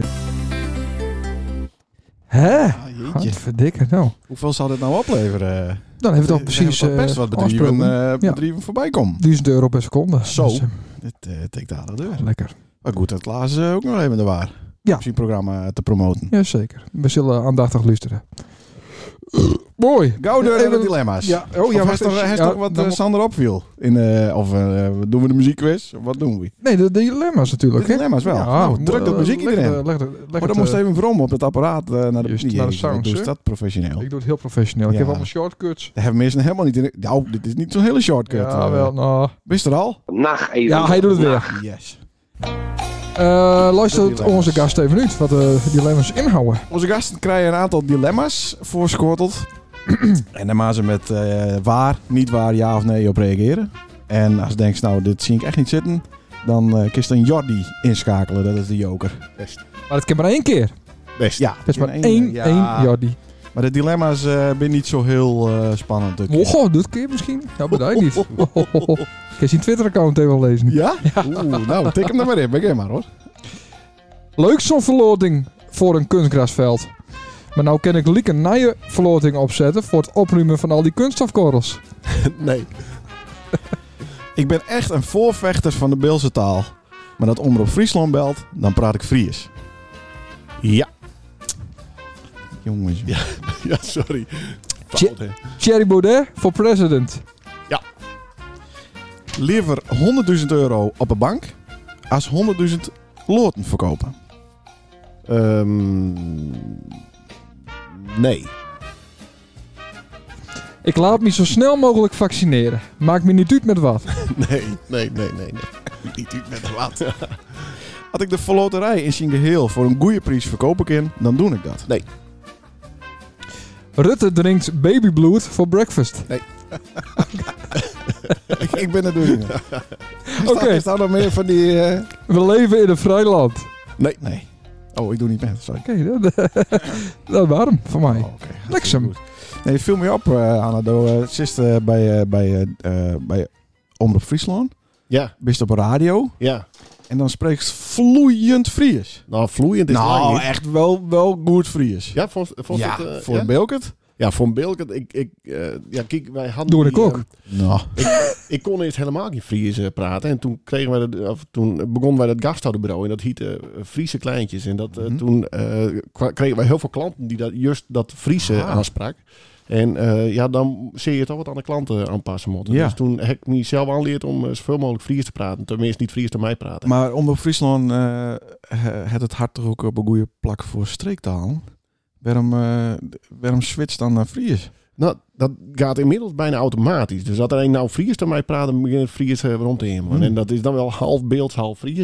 Hè? Wat verdikken nou. Hoeveel zal dit nou opleveren? Dan hebben we toch precies best wat bedrijven voorbij komen. €1000 per seconde. Zo. Dus, dit tikt aardig deur. Lekker. Maar goed, dat Klaas ook nog even de waar. Ja. Om zijn programma te promoten. Jazeker. We zullen aandachtig luisteren. Mooi. Gauw door de dilemma's. Ja. Oh, ja, hij is toch wat Sander opviel? Doen we de muziekquiz? Of wat doen we? Nee, de dilemma's natuurlijk. De dilemma's wel. Ja, druk dat muziek erin. Maar dan moest even vrom op het apparaat naar de sound. Dus dat professioneel. Ik doe het heel professioneel. Ik heb allemaal shortcuts. Daar hebben mensen helemaal niet in. Nou, dit is niet zo'n hele shortcut. Ja, wel. Nou. Wist er al? Nacht even. Ja, hij doet het weer. Yes. Luistert onze gast even uit wat de dilemma's inhouden. Onze gasten krijgen een aantal dilemma's voorschoteld. En daar maken ze met waar, niet waar, ja of nee op reageren. En als je denkt, nou, dit zie ik echt niet zitten, dan kun je een Jordi inschakelen. Dat is de joker. Best. Maar dat kan maar 1 keer. Best. Ja, het is maar één Jordi. Maar de dilemma's zijn niet zo heel spannend. Oh, doet keer misschien? Nou, bedankt niet. Ik je Twitter-account even lezen. Ja? Nou, tik hem er maar in. Begin maar hoor. Leuk zo'n verloting voor een kunstgrasveld. Maar nou kan ik liek een nieuwe verloting opzetten voor het opruimen van al die kunststofkorrels. Nee. Ik ben echt een voorvechter van de Beelse taal. Maar dat Omroep Friesland belt, dan praat ik Fries. Ja. Jongens. Ja, sorry. Thierry Baudet voor president. Ja. Liever €100.000 op een bank als 100.000 loten verkopen. Nee. Ik laat me zo snel mogelijk vaccineren. Maakt me niet uit met wat. Nee. Niet uit met wat. Had ik de verloterij in zijn geheel voor een goede prijs verkopen kan, dan doe ik dat. Nee. Rutte drinkt babybloed voor breakfast. Nee. Ik ben het doen. Oké. Is daar nog meer van die... We leven in een vrij land. Nee. Oh, ik doe niet mee. Sorry. Oké, dat warm voor mij. Okay. Leksem. Nee, viel me op, Anna. Zit bij Omroep Friesland. Ja. Bist op radio. Ja. En dan spreekt Vloeiend Fries. Nou, vloeiend is lang niet. Echt wel goed Fries. Ja, vond het... Voor een Beelkert? Ja, voor een Beelkert. Kijk, wij hadden... Doe ik ook. Nou. Ik kon eerst helemaal geen Fries praten. En toen begonnen wij dat gasthouderbureau. En dat heette Friese Kleintjes. En toen kregen wij heel veel klanten die dat Friese aansprak. En dan zie je toch wat aan de klanten aanpassen moeten. Ja. Dus toen heb ik mezelf aanleerd om zoveel mogelijk Fries te praten. Tenminste niet Fries te mij praten. Maar Omroep Friesland het hart toch ook op een goede plak voor streektaal. Waarom switcht dan naar Fries? Nou, dat gaat inmiddels bijna automatisch. Dus dat er een nou Fries te mij praat, dan begint het Fries rond te hemelen. En dat is dan wel half beelds, half Fries.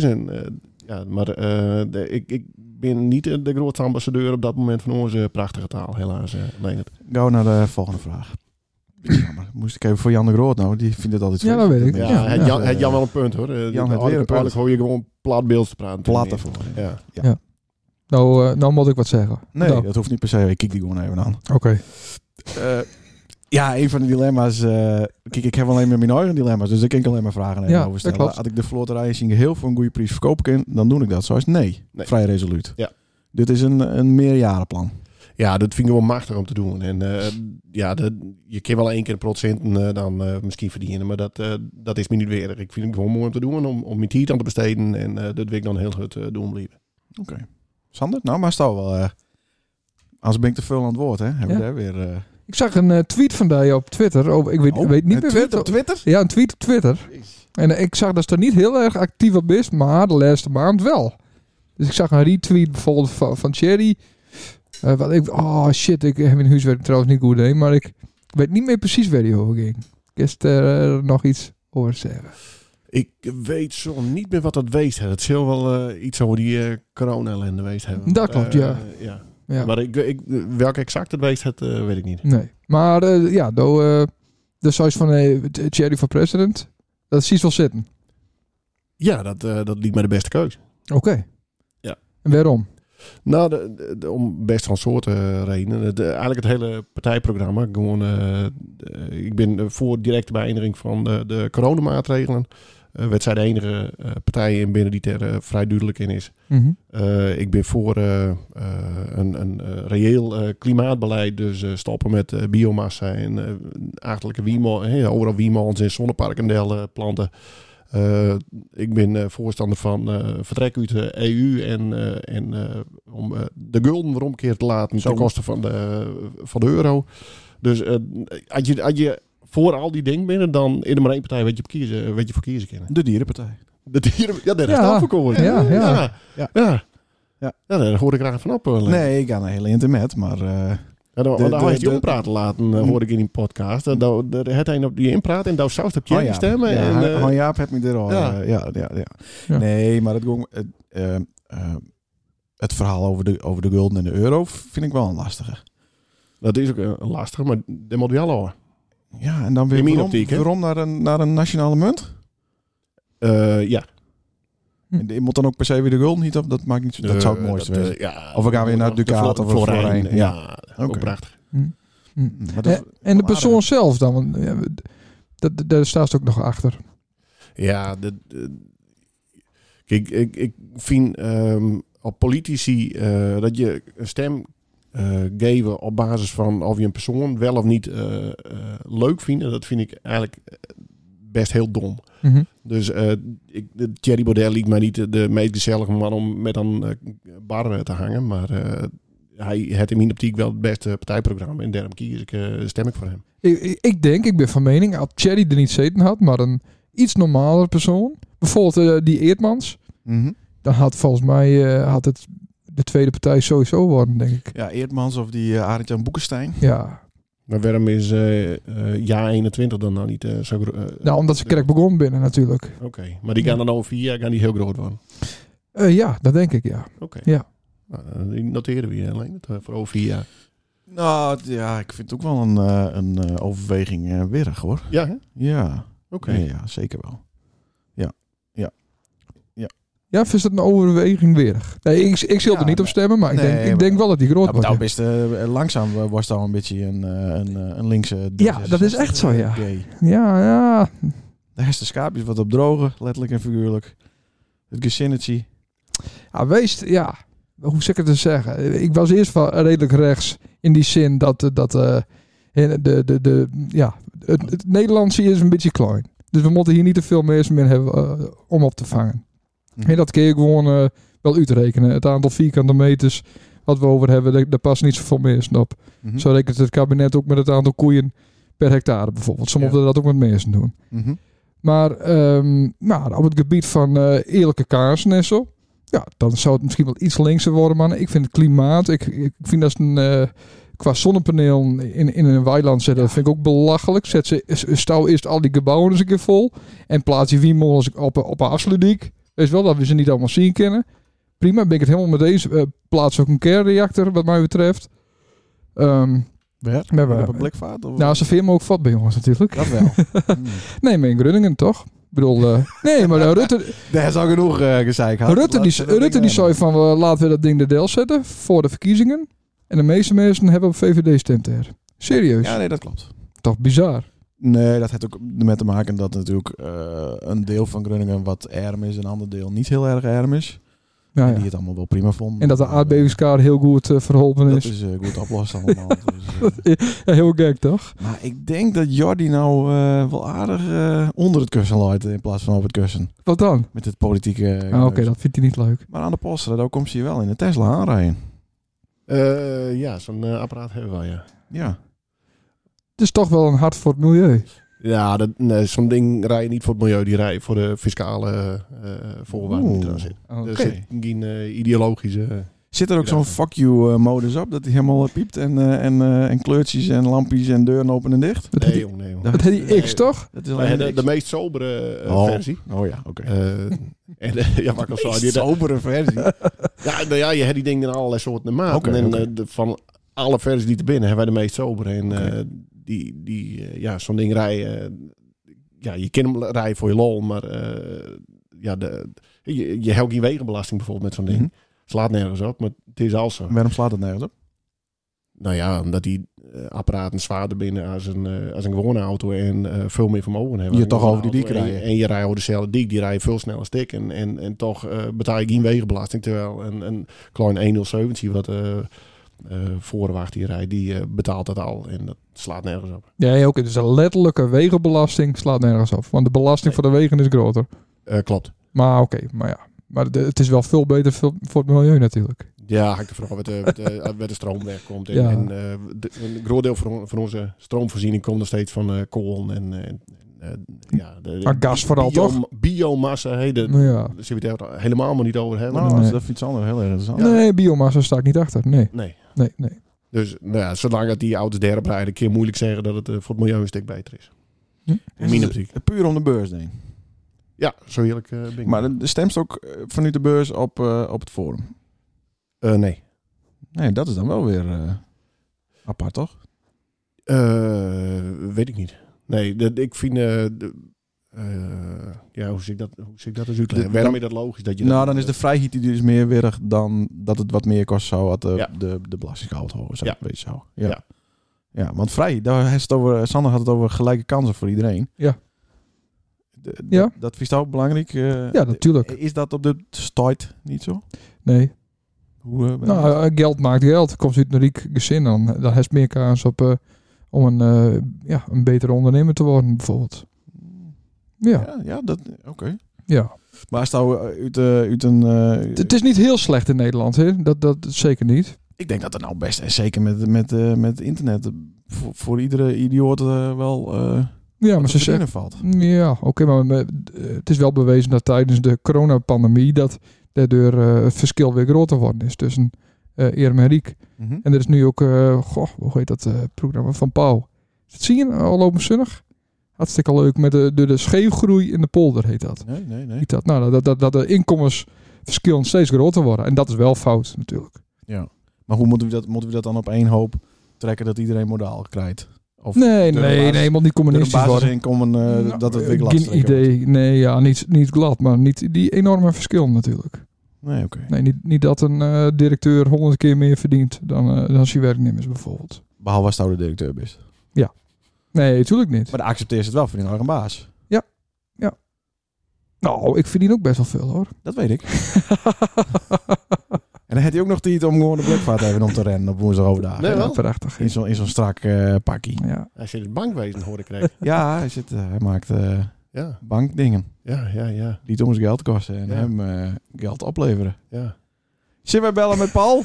Ik ben niet de grootste ambassadeur op dat moment van onze prachtige taal, helaas. Leendert. Gauw naar de volgende vraag. Jammer. Moest ik even voor Jan de Groot nou, die vindt het altijd zo. Ja, dat weet ik. Het Jan wel een punt hoor. Jan het weer een punt. Eigenlijk hoor je gewoon plat beeld te praten. Platte voor. Ja. Nou moet ik wat zeggen. Nee, Nou. dat hoeft niet per se. Ik kijk die gewoon even aan. Oké. Een van de dilemma's. Kijk, ik heb alleen maar mijn eigen dilemma's, dus ik kan alleen maar vragen over stellen. klopt. Als ik de vlotterij zien heel voor een goede prijs verkopen kan, dan doe ik dat. Zoals nee. Vrij resoluut. Ja. Dit is een meerjarenplan. Ja, dat vind ik wel machtig om te doen. En je kan wel 1 keer procenten dan misschien verdienen, maar dat is me niet weer. Ik vind het gewoon mooi om te doen, om mijn tijd aan te besteden. En dat wil ik dan heel goed doen blijven. Oké. Sander, nou maar stel wel. Als ben ik te veel aan het woord, hè? Hebben we daar weer... Ik zag een tweet van jou op Twitter. Ik weet niet meer tweet op Twitter? Ja, een tweet op Twitter. En ik zag dat ze er niet heel erg actief op is, maar de laatste maand wel. Dus ik zag een retweet bijvoorbeeld van Thierry. Ik heb mijn huiswerk trouwens niet goed heen, maar ik weet niet meer precies waar die over ging. Is er nog iets over zeggen? Ik weet zo niet meer wat dat wees. Het zal wel iets over die corona-ellende wees hebben. Dat klopt, ja. Maar welke exact het wees, weet ik niet. Nee. Maar de size van Thierry voor president, dat zie je wel zitten. Ja, dat liet mij de beste keuze. Oké. Ja. En waarom? Nou, om best van soorten redenen. Eigenlijk het hele partijprogramma. Gewoon, ik ben voor directe beëindiging van de coronamaatregelen. Werd zij de enige partij in binnen die er vrij duidelijk in is. Mm-hmm. Ik ben voor een reëel klimaatbeleid. Dus stoppen met biomassa en achtelijke wiemel. Overal wiemels en zonneparken planten. Ik ben voorstander van vertrek uit de EU en om de gulden weer omkeer te laten ten koste van de euro. Dus als je voor al die dingen bent, dan in er maar één partij weet je voor kiezen kunnen. De Dierenpartij. De dieren, ja, daar is het afgekomen. Ja, daar hoor ik graag van op. Nee, ik ga naar heel internet, maar... daar heeft hij ompraten laten, hoorde ik in die podcast. Het een op die inpraat en daar zou het op je stemmen. Ja, Jaap heeft me er al... Ja. Nee, maar het verhaal over de gulden en de euro vind ik wel een lastige. Dat is ook een lastige, maar dat moet wel al. Ja, en dan weer waarom naar een nationale munt? Ja. Je moet dan ook per se weer de gulden niet op. Dat maakt niet. Dat zou het mooiste zijn. Of we gaan weer naar Ducaat of Florijn. Ja, ook prachtig. En de persoon zelf dan? Want, daar staat ze ook nog achter. Ja, kijk, ik vind op politici dat je een stem geven op basis van of je een persoon wel of niet leuk vindt. Dat vind ik eigenlijk best heel dom. Mm-hmm. Dus Thierry Baudet liet mij niet de meest gezellige man om met een bar te hangen. Maar hij heeft in mijn optiek wel het beste partijprogramma. En daarom stem ik voor hem. Ik ben van mening, als Thierry er niet zitten had, maar een iets normaler persoon. Bijvoorbeeld die Eertmans. Mm-hmm. Dan had volgens mij had het de tweede partij sowieso worden, denk ik. Ja, Eertmans of die Arend-Jan Boekenstein. Ja. Maar waarom is jaar 21 dan nou niet zo groot? Nou, omdat ze kerk begonnen binnen natuurlijk. Oké, maar die gaan dan over 4 jaar gaan die heel groot worden? Ja, dat denk ik, ja. Oké. Ja. Nou, die noteren we hier alleen voor over 4 jaar. Nou, ja, ik vind het ook wel een overweging weerig, hoor. Ja, hè? Ja. Oké. Ja, zeker wel. Ja, vind je het een overweging weerig? Nee, ik zal er niet op stemmen, maar ik denk wel dat die groot wordt. Nou, best langzaam was daar een beetje een linkse... Ja, dat is echt zo, ja. Gay. Ja. De schaapjes wat op drogen, letterlijk en figuurlijk. Het gezinnetje. Ja, hoe zeg ik het te zeggen? Ik was eerst wel redelijk rechts in die zin dat het Nederlandse is een beetje klein. Dus we moeten hier niet te veel mensen meer hebben om op te vangen. En dat kun je gewoon wel uitrekenen. Het aantal vierkante meters wat we over hebben, daar past niet zoveel mensen op. Mhm. Zo rekent het kabinet ook met het aantal koeien per hectare bijvoorbeeld. Ze moeten dat ook met mensen doen. Mhm. Maar op het gebied van eerlijke kaarsen en zo, ja, dan zou het misschien wel iets linkser worden, man. Ik vind het klimaat, ik vind dat een qua zonnepaneel in een weiland zetten, dat vind ik ook belachelijk. Stouw eerst al die gebouwen eens een keer vol en plaats die windmolens op een afsluitdijk. Weet je wel, dat we ze niet allemaal zien kennen. Prima, ben ik het helemaal met eens. Plaats ook een kernreactor, wat mij betreft. Op een blikvaart? Nou, zoveel mogelijk vat bij jongens natuurlijk. Dat wel. Nee, maar in Groningen toch? Ik bedoel, nee, maar Rutte... Daar is al genoeg gezeik gehad. Rutte die zei van, laten we dat ding de del zetten voor de verkiezingen. En de meeste mensen hebben op VVD gestemd daar. Serieus? Ja, nee, dat klopt. Toch bizar? Nee, dat heeft ook met te maken dat natuurlijk een deel van Groningen wat arm is en een ander deel niet heel erg arm is. Ja, en die het allemaal wel prima vonden. En dat de aardbevingskaart heel goed verholpen is. Dat is goed oplost allemaal. Dus, ja, heel gek toch? Maar ik denk dat Jordi nou wel aardig onder het kussen loopt in plaats van op het kussen. Wat dan? Met het politieke... Oké, dat vindt hij niet leuk. Maar aan de posten, daar komt hij wel in de Tesla aanrijden. Ja, zo'n apparaat hebben wij, ja. Ja. Het is toch wel een hart voor het milieu. Ja, zo'n ding rij je niet voor het milieu, die rij je voor de fiscale voorwaarden die eraan zitten. Okay. Er zit geen ideologische... Zit er ook zo'n fuck you modus op, dat hij helemaal piept en kleurtjes en lampjes en deuren open en dicht? Nee, jongen. Dat heet die X, toch? Dat is Wij hebben de meest sobere versie. Oh ja, oké. Ja, maar ik al zo. Die sobere versie. Ja, je hebt die dingen in allerlei soorten maten. Okay. Van alle versies die te binnen hebben wij de meest sobere. En zo'n ding rijden... je kan hem rijden voor je lol, maar je hebt geen wegenbelasting bijvoorbeeld met zo'n ding. Slaat nergens op, maar het is al zo. Waarom slaat het nergens op? Nou ja, omdat die apparaten zwaarder binnen als een gewone auto en veel meer vermogen hebben. Je toch over die dik rijden. En je rijdt over dezelfde dik, die rijden veel sneller stik. En toch betaal je geen wegenbelasting. Terwijl een klein 107 wat voorwacht die rijdt, die betaalt dat al. En dat slaat nergens op. Ja, oké. Dus een letterlijke wegenbelasting slaat nergens op. Want de belasting voor de wegen is groter. Klopt. Maar oké, maar ja. Maar het is wel veel beter voor het milieu natuurlijk. Ja, hangt er vooral waar de stroom wegkomt. Ja. En een groot deel van onze stroomvoorziening komt nog steeds van kool en gas vooral toch? Biomassa, daar zullen we het helemaal maar niet over hebben. Nou, dat vind ik anders heel erg interessant. Nee, biomassa sta ik niet achter. Nee. Dus zolang dat die auto's derop rijden, kun je moeilijk zeggen dat het voor het milieu een stuk beter is. In mijn optiek. Puur om de beurs, denk ik. Ja, zo heerlijk ben ik. Maar de stemst ook vanuit de beurs op het forum? Nee. Nee, dat is dan wel weer apart, toch? Weet ik niet. Nee, ik vind... hoe zit dat eens uitleggen? Waarom is dat logisch? Dat je dan is de vrijheid die dus meer weerig dan dat het wat meer kost zou had de belasting gehaald houden. Zo, weet je zo. Ja, want vrijheid, daar heeft het over, Sander had het over gelijke kansen voor iedereen. Ja. Dat vind je ook belangrijk? Ja, natuurlijk. Is dat op de start niet zo? Nee. Hoe, geld maakt geld. Komt uit een riek gezin dan heeft meer kans op om een betere ondernemer te worden bijvoorbeeld. Ja, dat oké. Ja. Maar als nou uit een... Het is niet heel slecht in Nederland, hè? Dat zeker niet. Ik denk dat het nou best, zeker met internet, voor iedere idioot wel... Ja, maar ze zeggen valt. Ja, oké, maar het is wel bewezen dat tijdens de coronapandemie dat daardoor het verschil weer groter geworden is tussen arm en riek. Mm-hmm. En er is nu ook, hoe heet dat programma van Pauw? Dat zie je al lopen zonnig? Hartstikke leuk met de scheefgroei in de polder heet dat. Nee. Heet dat? Nou, dat de inkomensverschillen steeds groter worden en dat is wel fout natuurlijk. Ja, maar hoe moeten we dat dan op één hoop trekken dat iedereen modaal krijgt? Of nee, helemaal niet communistisch worden. Inkomen, dat het weer glad geen idee. Nee, ja, niet glad, maar niet die enorme verschil natuurlijk. Nee, oké. Nee, niet dat een directeur 100 keer meer verdient dan zijn werknemers bijvoorbeeld. Behalve als het oude directeur is. Ja. Nee, natuurlijk niet. Maar dan accepteer je het wel voor je eigen baas. Ja. Nou, ik verdien ook best wel veel hoor. Dat weet ik. En dan had hij ook nog tijd om gewoon de blikvaart even om te rennen op woensdag overdag. Nee, wel. Prachtig. In zo'n strak pakkie. Ja. Hij zit in het bankwezen, hoor ik kreeg. Ja, hij maakt bankdingen. Ja. Die het ons geld kosten en hem geld opleveren. Ja. Zullen wij bellen met Paul?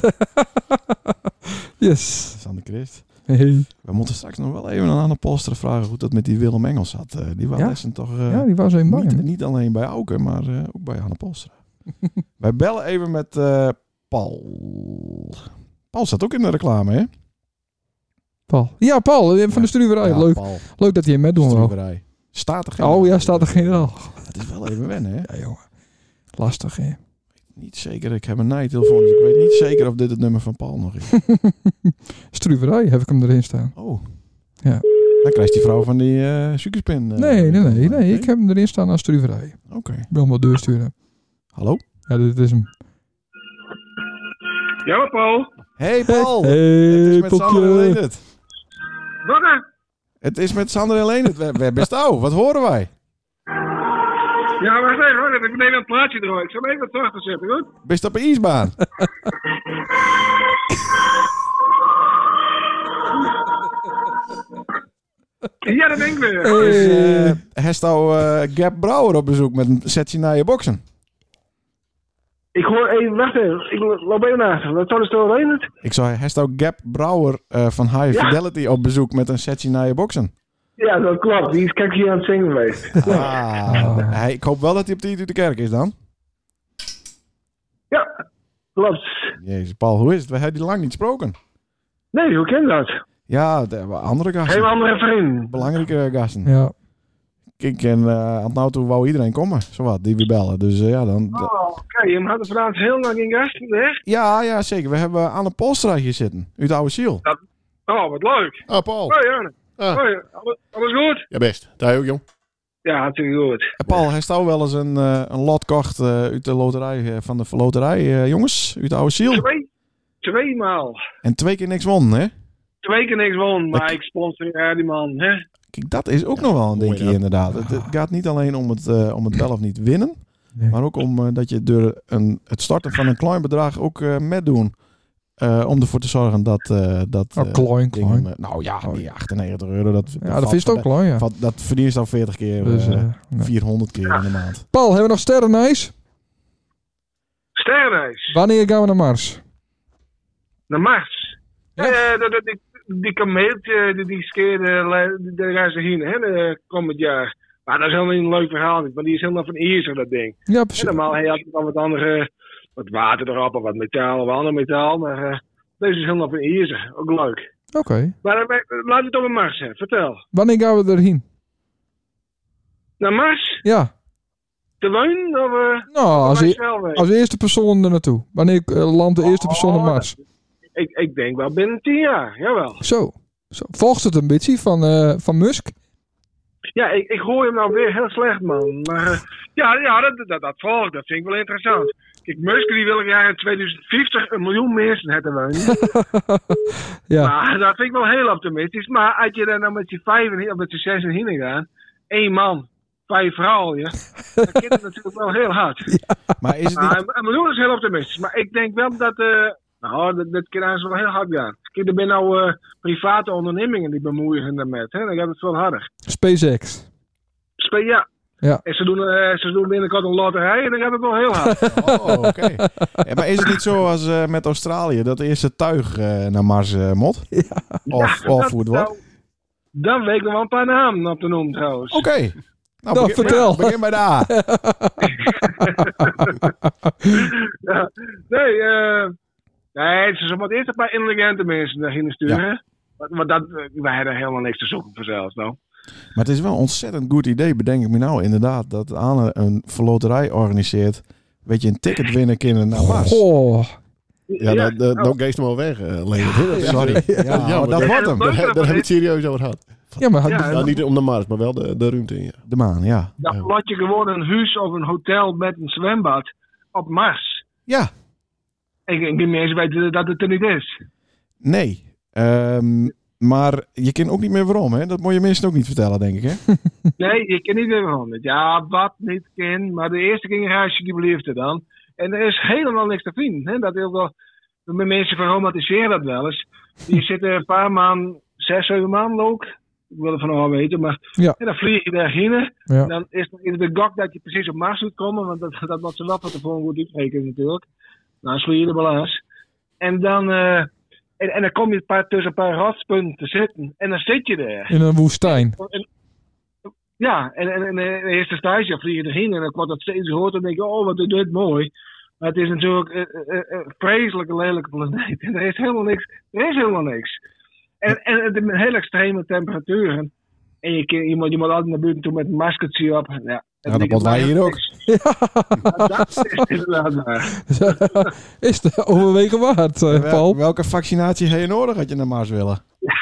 Yes. Sander Christ. Hey. We moeten straks nog wel even aan Anne Polster vragen hoe dat met die Willem Engels zat. Die was lessen toch ja, die was een bang. niet alleen bij Auke, maar ook bij Anne Polster. Wij bellen even met Paul. Paul staat ook in de reclame, hè? Paul. Ja, Paul van de Struwerij. Ja, Leuk. Paul. Leuk dat hij hem meedoen wil. Struwerij. Staat er generaal. Oh ja, staat er generaal. Het is wel even wennen, hè? Ja, jongen. Lastig, hè? Niet zeker. Ik heb een naaitelefoon, dus ik weet niet zeker of dit het nummer van Paul nog is. Struwerij heb ik hem erin staan. Oh. Ja. Dan krijgt die vrouw van die suikerspin. Nee. Ik heb hem erin staan als Struwerij. Oké. Ik wil hem wel doorsturen. Hallo? Ja, dit is hem. Ja, Paul. Hey Paul! Hey, het is met Sander en Leendert. Wat dan? Het is met Sander en Leendert. Waar best jou? Wat horen wij? Ja, wacht even hoor. Ik ben even een plaatje draaien. Ik zal hem even wat zachter zetten, goed? Best op een ijsbaan? Ja, dat denk ik weer. Heeft Gap Brouwer op bezoek met een setje naar je boksen? Ik hoor even, wacht even. Ik loop even naast. Wat zou er staan alleen? Ik zei, heeft Gap Brouwer van High Fidelity op bezoek met een setje naar je boksen? Ja, dat klopt. Die is kijk hier aan het zingen geweest. Ik hoop wel dat hij op de de kerk is dan. Ja, klopt. Jezus, Paul, hoe is het? We hebben die lang niet gesproken. Nee, hoe ken je dat? Ja, de andere gasten. Heel andere vriend. Belangrijke gasten. Ja. Kijk, en aan het nou toe wou iedereen komen. Zowat, die we bellen. Dus ja, dan... Oh, oké. Je had er vandaag heel lang in gasten, hè? Ja, zeker. We hebben Anne Polstra hier zitten. Uit Oude Ziel. Oh, wat leuk. Ah, Paul. Hoi, Janne. Ah. Hoi, alles goed? Ja, best. Daar ook, jong. Ja, hartstikke goed. Paul, hij zou wel eens een lot kocht uit de loterij van de loterij, jongens. Uit Oude Ziel. Tweemaal. En 2 keer niks won, hè? 2 keer niks won, maar ik sponsor die man, hè? Kijk, dat is ook nog wel een dingetje ja. inderdaad. Het gaat niet alleen om het wel of niet winnen. Nee. Maar ook om dat je door het starten van een klein bedrag ook metdoen. Om ervoor te zorgen dat Klein. dingen... nou ja, die €98. Dat is het ook klein, ja. Dat verdien je al 40 keer, Dus, nee. 400 keer in de maand. Paul, hebben we nog sterrenijs? Sterrenijs. Wanneer gaan we naar Mars? Naar Mars. Ja. Die kameeltje, die skeerde, daar gaan ze heen, hè, de komend jaar. Maar dat is helemaal niet een leuk verhaal, maar die is helemaal van ijzer, dat ding. Ja, En precies. normaal heb je dan wat andere, wat water erop, of wat metaal, of ander metaal, maar deze is helemaal van ijzer. Ook leuk. Oké. Maar laat het over Mars hebben, vertel. Wanneer gaan we erheen? Naar Mars? Ja. Te wonen? Of Nou, als als eerste persoon er naartoe. Wanneer landt de eerste persoon op Mars? Ik denk wel binnen 10 jaar, jawel. Zo. Volgt het een beetje van Musk? Ja, ik hoor hem nou weer heel slecht, man. Maar dat volgt, dat vind ik wel interessant. Kijk, Musk die wil jaar in 2050 1 miljoen mensen hebben wonen. Ja. Maar dat vind ik wel heel optimistisch. Maar als je dan met je 5 of met je 6 heen gaat, 1 man, 5 vrouwen, ja, dan kan het natuurlijk wel heel hard. Maar is het niet... 1 miljoen is heel optimistisch. Maar ik denk wel dat... dat kan eigenlijk wel heel hard gaan. Kijk, er zijn nou private ondernemingen die bemoeien zich daarmee. Hè? Dan gaat het veel harder. SpaceX. Ja. Ja. En ze doen binnenkort een loterij en dan gaat het wel heel hard. Oh, oké. Ja, maar is het niet zo als met Australië, dat de eerste tuig naar Mars mot? Of hoe het wordt? Dan weet ik nog wel een paar namen op te noemen trouwens. Oké. Nou, vertel. Begin bij de A. Ja. Nee, ze moeten eerst een paar intelligente mensen daarheen sturen. Ja. Maar wij hebben helemaal niks te zoeken voor zelfs, nou. Maar het is wel een ontzettend goed idee, bedenk ik me nou inderdaad, dat Anne een verloterij organiseert. Weet je, een ticket winnen kunnen naar Mars. Oh. Ja, dan geest hem al weg, Leendert. Sorry. Ja, maar dat wordt hem. Daar hebben we het serieus over gehad. Ja, maar Ja, niet om de Mars, maar wel de ruimte in. Ja. De maan, ja. Dan laat je gewoon een huis of een hotel met een zwembad op Mars. Ja, En die mensen weten dat het er niet is. nee. Maar je kent ook niet meer waarom, hè? Dat moet je mensen ook niet vertellen, denk ik, hè? Nee, je kent niet meer waarom. Ja, wat niet ken. Maar de eerste kinderhuisje die beleeft er dan. En er is helemaal niks te vinden. Hè? Dat heel veel mensen verromantiseren dat wel eens. Die zitten een paar maanden, 6, 7 maanden ook. Ik wil er van al weten. Maar Ja. en dan vlieg je daarheen. Ja. Dan is de gok dat je precies op Mars moet komen. Want dat moet ze wel van tevoren goed uitrekenen natuurlijk. Dan sla je de balans. En dan... En dan kom je tussen een paar rotspunten te zitten. En dan zit je daar. In een woestijn. En de eerste stage vlieg je erheen. En dan wordt dat steeds groter. En dan denk je, oh, wat is dit mooi. Maar het is natuurlijk een vreselijke, lelijke planeet. En er is helemaal niks. En het is hele extreme temperaturen. En je moet altijd naar buiten toe met een maskertje op. Ja, dat moet wij hier ook. Dat is inderdaad waar. Is de overwegen waard, Paul? Welke vaccinatie heb je nodig had je naar Mars willen?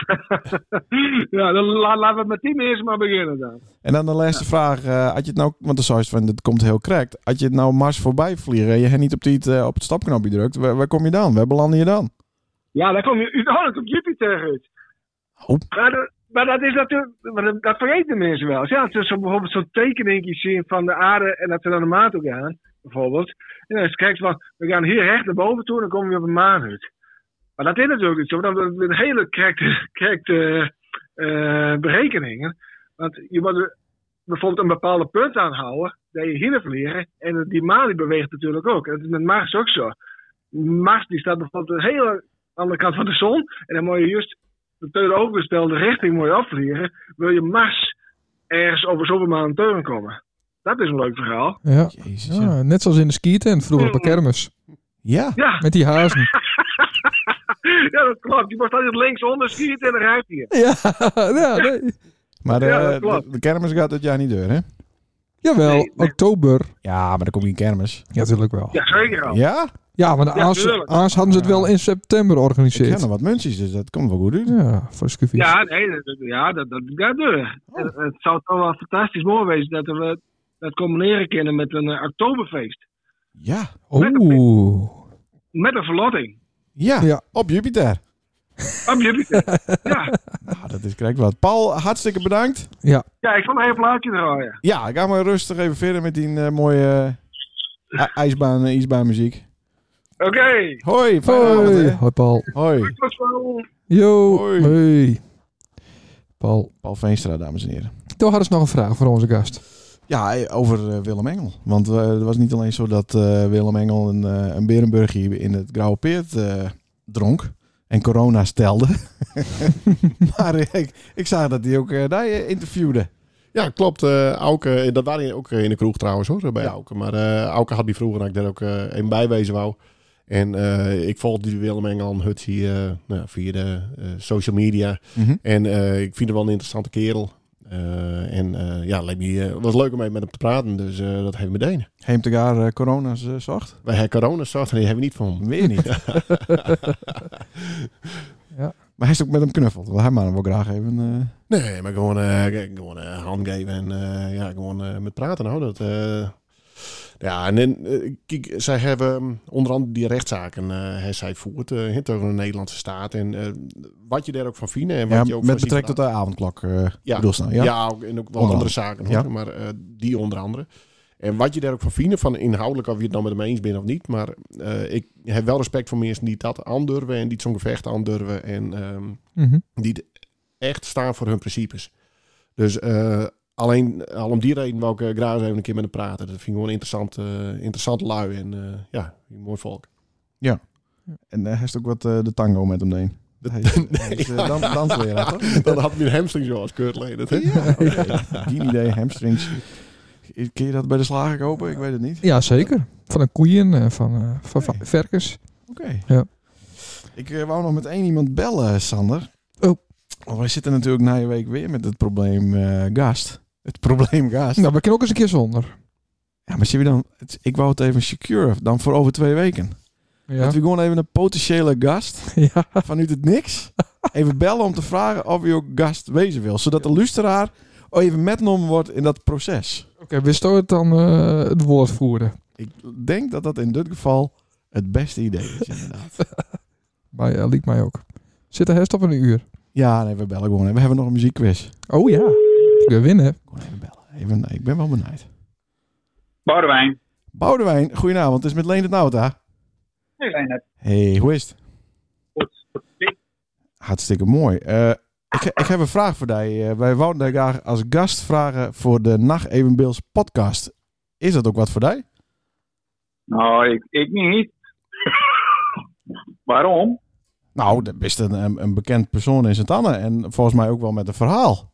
Ja, dan laten we met die eerst maar beginnen dan. En dan de laatste vraag. Had je het nou, want de zoiets van, dit komt heel correct. Had je het nou Mars voorbij vliegen en je hebt niet op het stopknopje drukt, waar kom je dan? Waar beland je dan? Ja, dan kom je uiteindelijk op Jupiter uit. Oh. Maar dat is natuurlijk, dat vergeten mensen wel. Ja, het is bijvoorbeeld zo'n tekeningje zien van de aarde en dat ze naar de maan toe gaan, bijvoorbeeld. En dan kijk je van, we gaan hier recht naar boven toe en dan komen we op de maan uit. Maar dat is natuurlijk niet zo, want dat zijn hele correcte berekeningen. Want je moet bijvoorbeeld een bepaalde punt aanhouden, dat je hier vliegen. En die maan die beweegt natuurlijk ook. En dat is met Mars ook zo. Mars die staat bijvoorbeeld aan de hele andere kant van de zon. En dan moet je juist de tegenovergestelde richting moet je afvliegen. Wil je Mars ergens over zoveel maanden teuren komen. Dat is een leuk verhaal. Ja. Jezus, Ja, net zoals in de skitent vroeger op de kermis. Ja. Met die hazen. Ja, dat klopt. Je moet altijd linksonder schieten en dan rijdt hij. Ja, nee. Maar dat klopt. de kermis gaat dit jaar niet door, hè? Jawel, Nee. oktober. Ja, maar dan kom je in kermis. Ja, natuurlijk wel. Ja, zeker al. Ja? Ja, maar de tuurlijk. Aans hadden ze het wel in september Ik georganiseerd. heb nog wat muntjes, dus dat komt wel goed uit. Ja, voor de scuffies. Ja, nee, dat gaat door. Het zou toch wel fantastisch mooi wezen dat we dat combineren kunnen met een oktoberfeest. Ja. Oeh. Met een verlotting. Ja, Ja. op Jupiter. Op Jupiter. Ja. Nou, dat is correct wat. Paul, hartstikke bedankt. Ja. Ja, ik vond een heel plaatje draaien. Ja, ik ga maar rustig even verder met die mooie ijsbaanmuziek. Oké. Hoi, fijne avond, Hoi. hè. Hoi, Paul. Hoi. Tot zo. Yo. Hoi. Hey. Paul. Paul Veenstra, dames en heren. Toen hadden ze nog een vraag voor onze gast. Ja, over Willem Engel. Want het was niet alleen zo dat Willem Engel een Berenburgie in het Grauwe Peert dronk en corona stelde. Maar ik zag dat hij ook daar interviewde. Ja, klopt. Auke, dat waren ook in de kroeg trouwens hoor, bij Ja. Auke. Maar Auke had die vroeger dat ik daar ook een bijwezen wou. En ik volgde die Willem Engel en Hutsie via de social media. Mm-hmm. En ik vind hem wel een interessante kerel. Was leuk om even met hem te praten, dus dat hebben we meteen. Heemt elkaar corona's zocht? Wij hebben corona zorgen, die hebben we niet van hem. Weer niet. Ja. Maar hij is ook met hem knuffeld. Want hij mag hem wel graag even... Nee, maar gewoon hand geven en gewoon met praten. Nou, dat, en dan, kijk, zij hebben onder andere die rechtszaken zij voert tegen de Nederlandse staat. En wat je daar ook van vindt. En wat je ook met van ziet betrekking tot de avondklok. ja, bedoel snel, ja? ja, en ook wel Onder andere zaken. Hoor, Ja. maar die onder andere. En wat je daar ook van vindt, van inhoudelijk of je het nou met hem eens bent of niet. Maar ik heb wel respect voor mensen die dat aandurven en die zo'n gevecht aandurven. En die echt staan voor hun principes. Dus alleen al om die reden wou ik graag even een keer met hem praten. Dat vind ik gewoon interessant lui en mooi volk. Ja. En hij heeft ook wat de tango met hem heen. Hij is dansleraar, toch? Dan had hij een hamstring zoals Kurt Leden. Ja, oké. Geen idee, hamstrings. Kun je dat bij de slager kopen? Ik weet het niet. Ja, zeker. Van een koeien, van varkens. Oké. Ja. Ik wou nog met één iemand bellen, Sander. Oh. Want wij zitten natuurlijk na je week weer met het probleem gast. Het probleem gast. Nou, we kunnen ook eens een keer zonder. Ja, maar zie je dan... ik wou het even secure, dan voor over 2 weken. Ja. Dat we gewoon even een potentiële gast Ja. vanuit het niks even bellen om te vragen of hij ook gast wezen wil. Zodat de luisteraar even metgenomen wordt in dat proces. Oké, wist je het dan het woord voeren? Ik denk dat dat in dit geval het beste idee is, inderdaad. Maar liep mij ook. Zit er herst op een uur? Ja, nee, we bellen gewoon. We hebben nog een muziekquiz. Oh ja. We winnen. Gewoon even bellen. Ik ben wel benieuwd. Boudewijn. Boudewijn, goedenavond. Het is met Leen het Nauta. Nee, Leonard. Hey, hoe is het? Goed. Hartstikke mooi. Ik heb een vraag voor jou. Wij wouden daar graag als gast vragen voor de Nacht Evenbeels podcast. Is dat ook wat voor jou? Nou, ik niet. Waarom? Nou, dat is een bekend persoon in Sint-Anne. En volgens mij ook wel met een verhaal.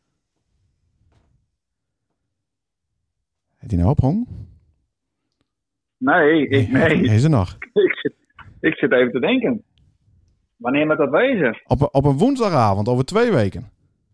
Heeft hij nou ophangen? Nee. Is er nog? Ik zit even te denken. Wanneer moet dat wezen? Op een woensdagavond, over 2 weken.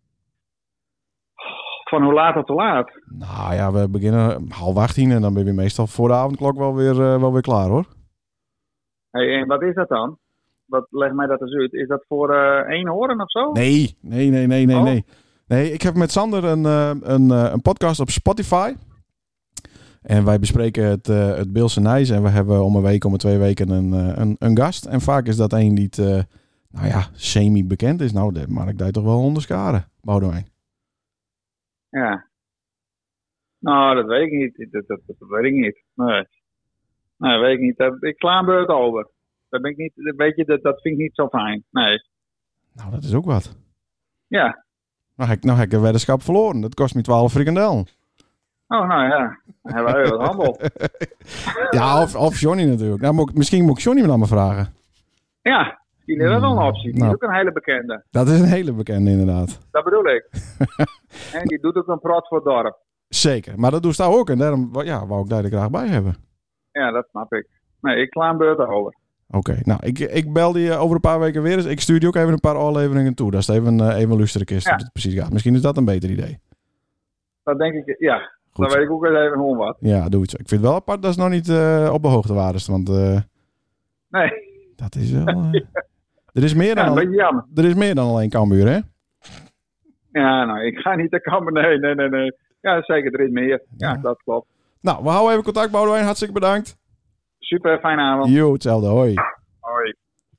Van hoe laat tot hoe laat? Nou ja, we beginnen 7:30 en dan ben je meestal voor de avondklok wel weer klaar, hoor. Hey, en wat is dat dan? Leg mij dat eens uit. Is dat voor 1 horen of zo? Nee. Oh. Nee, ik heb met Sander een podcast op Spotify. En wij bespreken het Beelse Nijs. En we hebben om de 2 weken een gast. En vaak is dat een die semi-bekend is. Nou, maar ik deed toch wel onderscharen, Boudewijn. Ja. Nou, dat weet ik niet. Dat weet ik niet. Nee, weet ik niet. Ik sla een beurt over. Dat ben ik niet, weet je, dat vind ik niet zo fijn. Nee. Nou, dat is ook wat. Ja. Nou heb ik een weddenschap verloren. Dat kost me 12 frikandel. Oh, nou ja. Dan hebben we wat handel. Ja, of Johnny natuurlijk. Nou, misschien moet ik Johnny maar vragen. Ja, die is wel een optie. Die is ook een hele bekende. Dat is een hele bekende, inderdaad. Dat bedoel ik. En die doet ook een prot voor het dorp. Zeker, maar dat doet ze ook. En daarom wou ik daar er graag bij hebben. Ja, dat snap ik. Nee, ik sla een beurt over. Oké, nou, ik bel die over een paar weken weer eens. Ik stuur die ook even een paar afleveringen toe. Dat is even luisteren kist hoe het precies gaat. Misschien is dat een beter idee. Dat denk ik, ja. Goed. Dan weet ik ook even gewoon wat. Ja, doe het zo. Ik vind het wel apart dat is nog niet op de hoogte waren. Want nee. Dat is wel... Er is meer dan een beetje jammer. Er is meer dan alleen Cambuur, hè? Ja, nou, ik ga niet naar Cambuur. Nee. Ja, zeker, er is meer. Ja, dat klopt. Nou, we houden even contact, Boudewijn. Hartstikke bedankt. Super, fijne avond. Jo, hetzelfde. Hoi. Hoi.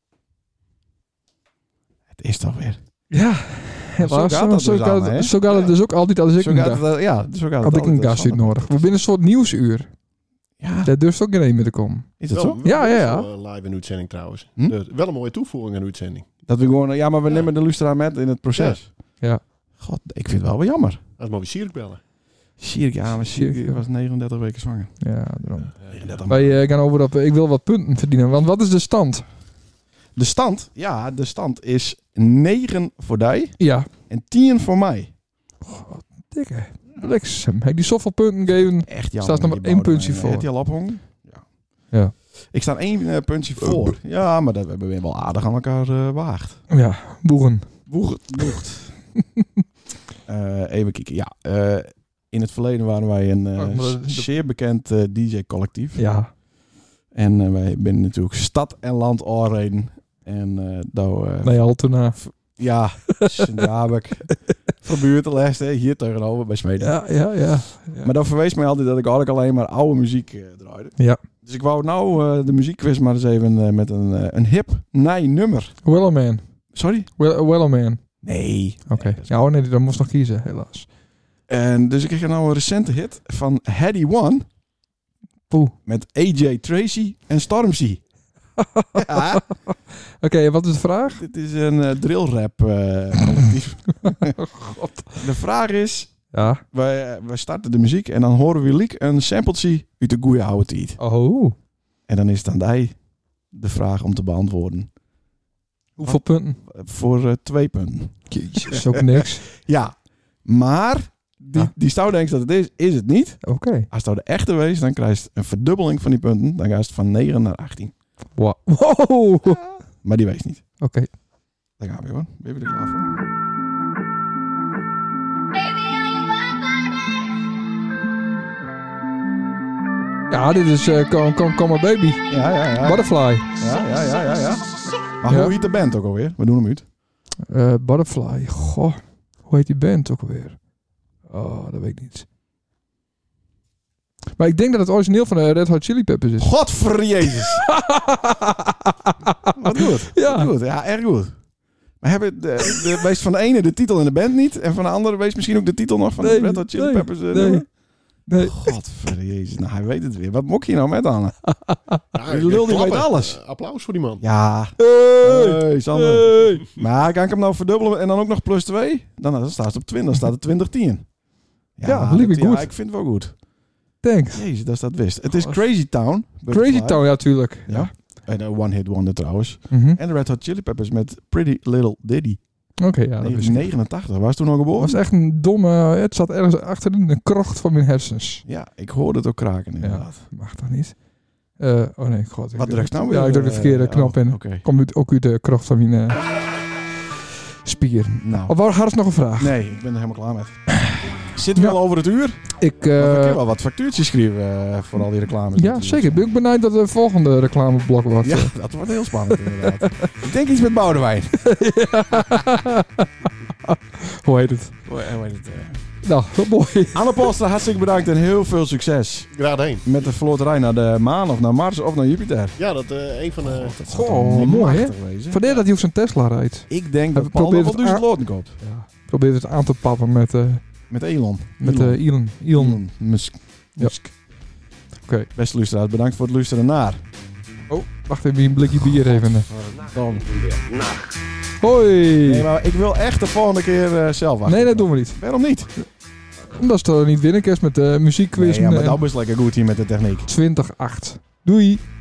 Het is toch weer... Ja, helaas. Zo gaat het dus ook altijd als ik een gast uitnodig. We binnen een soort nieuwsuur. Ja. Daar durft ook geen meer te komen. Is dat zo? Ja. Live in uitzending trouwens. Wel een mooie toevoeging aan uitzending. Dat we gewoon... Ja, maar we nemen de luisteraar met in het proces. Ja. God, ik vind het wel jammer. Dat moet we Sierk bellen. Sierk was 39 weken zwanger. Ja, daarom. Wij gaan over op... Ik wil wat punten verdienen. Want wat is de stand? De stand? Ja, de stand is 9 voor die. Ja. En 10 voor mij. God, dikke. Bliksem. Heb je die zoveel punten gegeven? Echt jammer. Staat nog maar 1 puntje voor. Heb je al ophangen? Ja. Ik sta 1 puntje voor. Ja, maar dat hebben we wel aardig aan elkaar waagd. Ja, boegen. Boegt. Even kijken. Ja, in het verleden waren wij een zeer bekend DJ-collectief. Ja. En wij zijn natuurlijk stad en land aanreden. En bij Altena. Ja, Sint-Jabek. Verbuurt de les, hier tegenover bij Smeden. Ja. Maar dat verwees mij altijd dat ik eigenlijk alleen maar oude muziek draaide. Ja. Dus ik wou nou de muziekquiz maar eens even met een hip nummer. Wellerman. Sorry? Wellerman. Nee. Oké. Ja, nee, dan moest nog kiezen, helaas. En dus ik kreeg nou een recente hit van Heady One. Poeh. Met AJ Tracy en Stormzy. Ja. Oké, wat is de vraag? Dit is een drillrap collectief. God. De vraag is... Ja. Wij starten de muziek en dan horen we liek een sampletje uit de goeie oude tijd. Oh. En dan is het aan die de vraag om te beantwoorden. Hoeveel punten? Voor 2 punten. Jezus, ook niks. Ja, maar die Stouw denkt dat het is het niet. Oké. Als Stouw de echte wees, dan krijg je een verdubbeling van die punten. Dan gaat het van 9 naar 18. Wow. Maar die wees niet. Oké. Dan gaan we hoor. Ben je er klaar voor? Ja, dit is Come Baby. Ja. Butterfly. Ja. Maar hoe heet de band ook alweer? We doen hem uit. Butterfly. Goh. Hoe heet die band ook alweer? Oh, dat weet ik niet. Maar ik denk dat het origineel van de Red Hot Chili Peppers is. Godverjezus. Wat goed. Ja. Wat goed. Ja, erg goed. Maar hebben wees van de ene de titel in de band niet en van de andere wees misschien ook de titel nog van de Red Hot Chili Peppers? Nee. Godverjezus. Nou, hij weet het weer. Wat mok je nou met Anne? Die lul die weet alles. Applaus voor die man. Ja. Hey, Sander. Hey. Maar kan ik hem nou verdubbelen en dan ook nog plus 2? Dan staat het op 20. Dan staat het 2010. Ja, liep ik goed. Ja, ik vind het wel goed. Thanks. Jezus, dat is dat wist. Het is Crazy Town. Crazy Town, ja, tuurlijk. Ja. Een one-hit wonder trouwens. Mhm. En de Red Hot Chili Peppers met Pretty Little Diddy. Oké, ja. Dat is 89. Was toen al geboren? was echt een domme... Het zat ergens achterin de krocht van mijn hersens. Ja, ik hoorde het ook kraken inderdaad. Mag toch niet? Oh nee, god. Wat drukt nou weer? Ja, ik druk de verkeerde knop in. Okay. Komt ook uit de kracht van mijn spier. Nou. Of had je nog een vraag? Nee, ik ben er helemaal klaar met. Zitten we al over het uur? Ik kan wel wat factuurtjes schrijven voor al die reclames. Ja, zeker. Ik ben ook benieuwd dat de volgende reclameblok wordt. Ja, dat wordt heel spannend inderdaad. Ik denk iets met Boudewijn. Hoe heet het? Nou, mooi. Anne Polstra, hartstikke bedankt en heel veel succes. Graag heen. Met de vloterij naar de maan of naar Mars of naar Jupiter. Ja, dat een van de... mooi hè? Vandaar dat hij op zijn Tesla rijdt. Ik denk dat Paul nog wel 1000 loten koopt. Ja. Probeer het aan te pappen met... Met Elon. Met Elon Musk. Ja. Oké. Beste luisteraars, bedankt voor het luisteren naar... Oh, wacht even, een blikje bier even. Dan. Hoi! Nee, maar ik wil echt de volgende keer zelf wachten. Nee, dat doen we niet. Waarom niet? Omdat het niet winnen is met de muziekquiz. Nee, ja, maar dat is lekker goed hier met de techniek. 2008. Doei!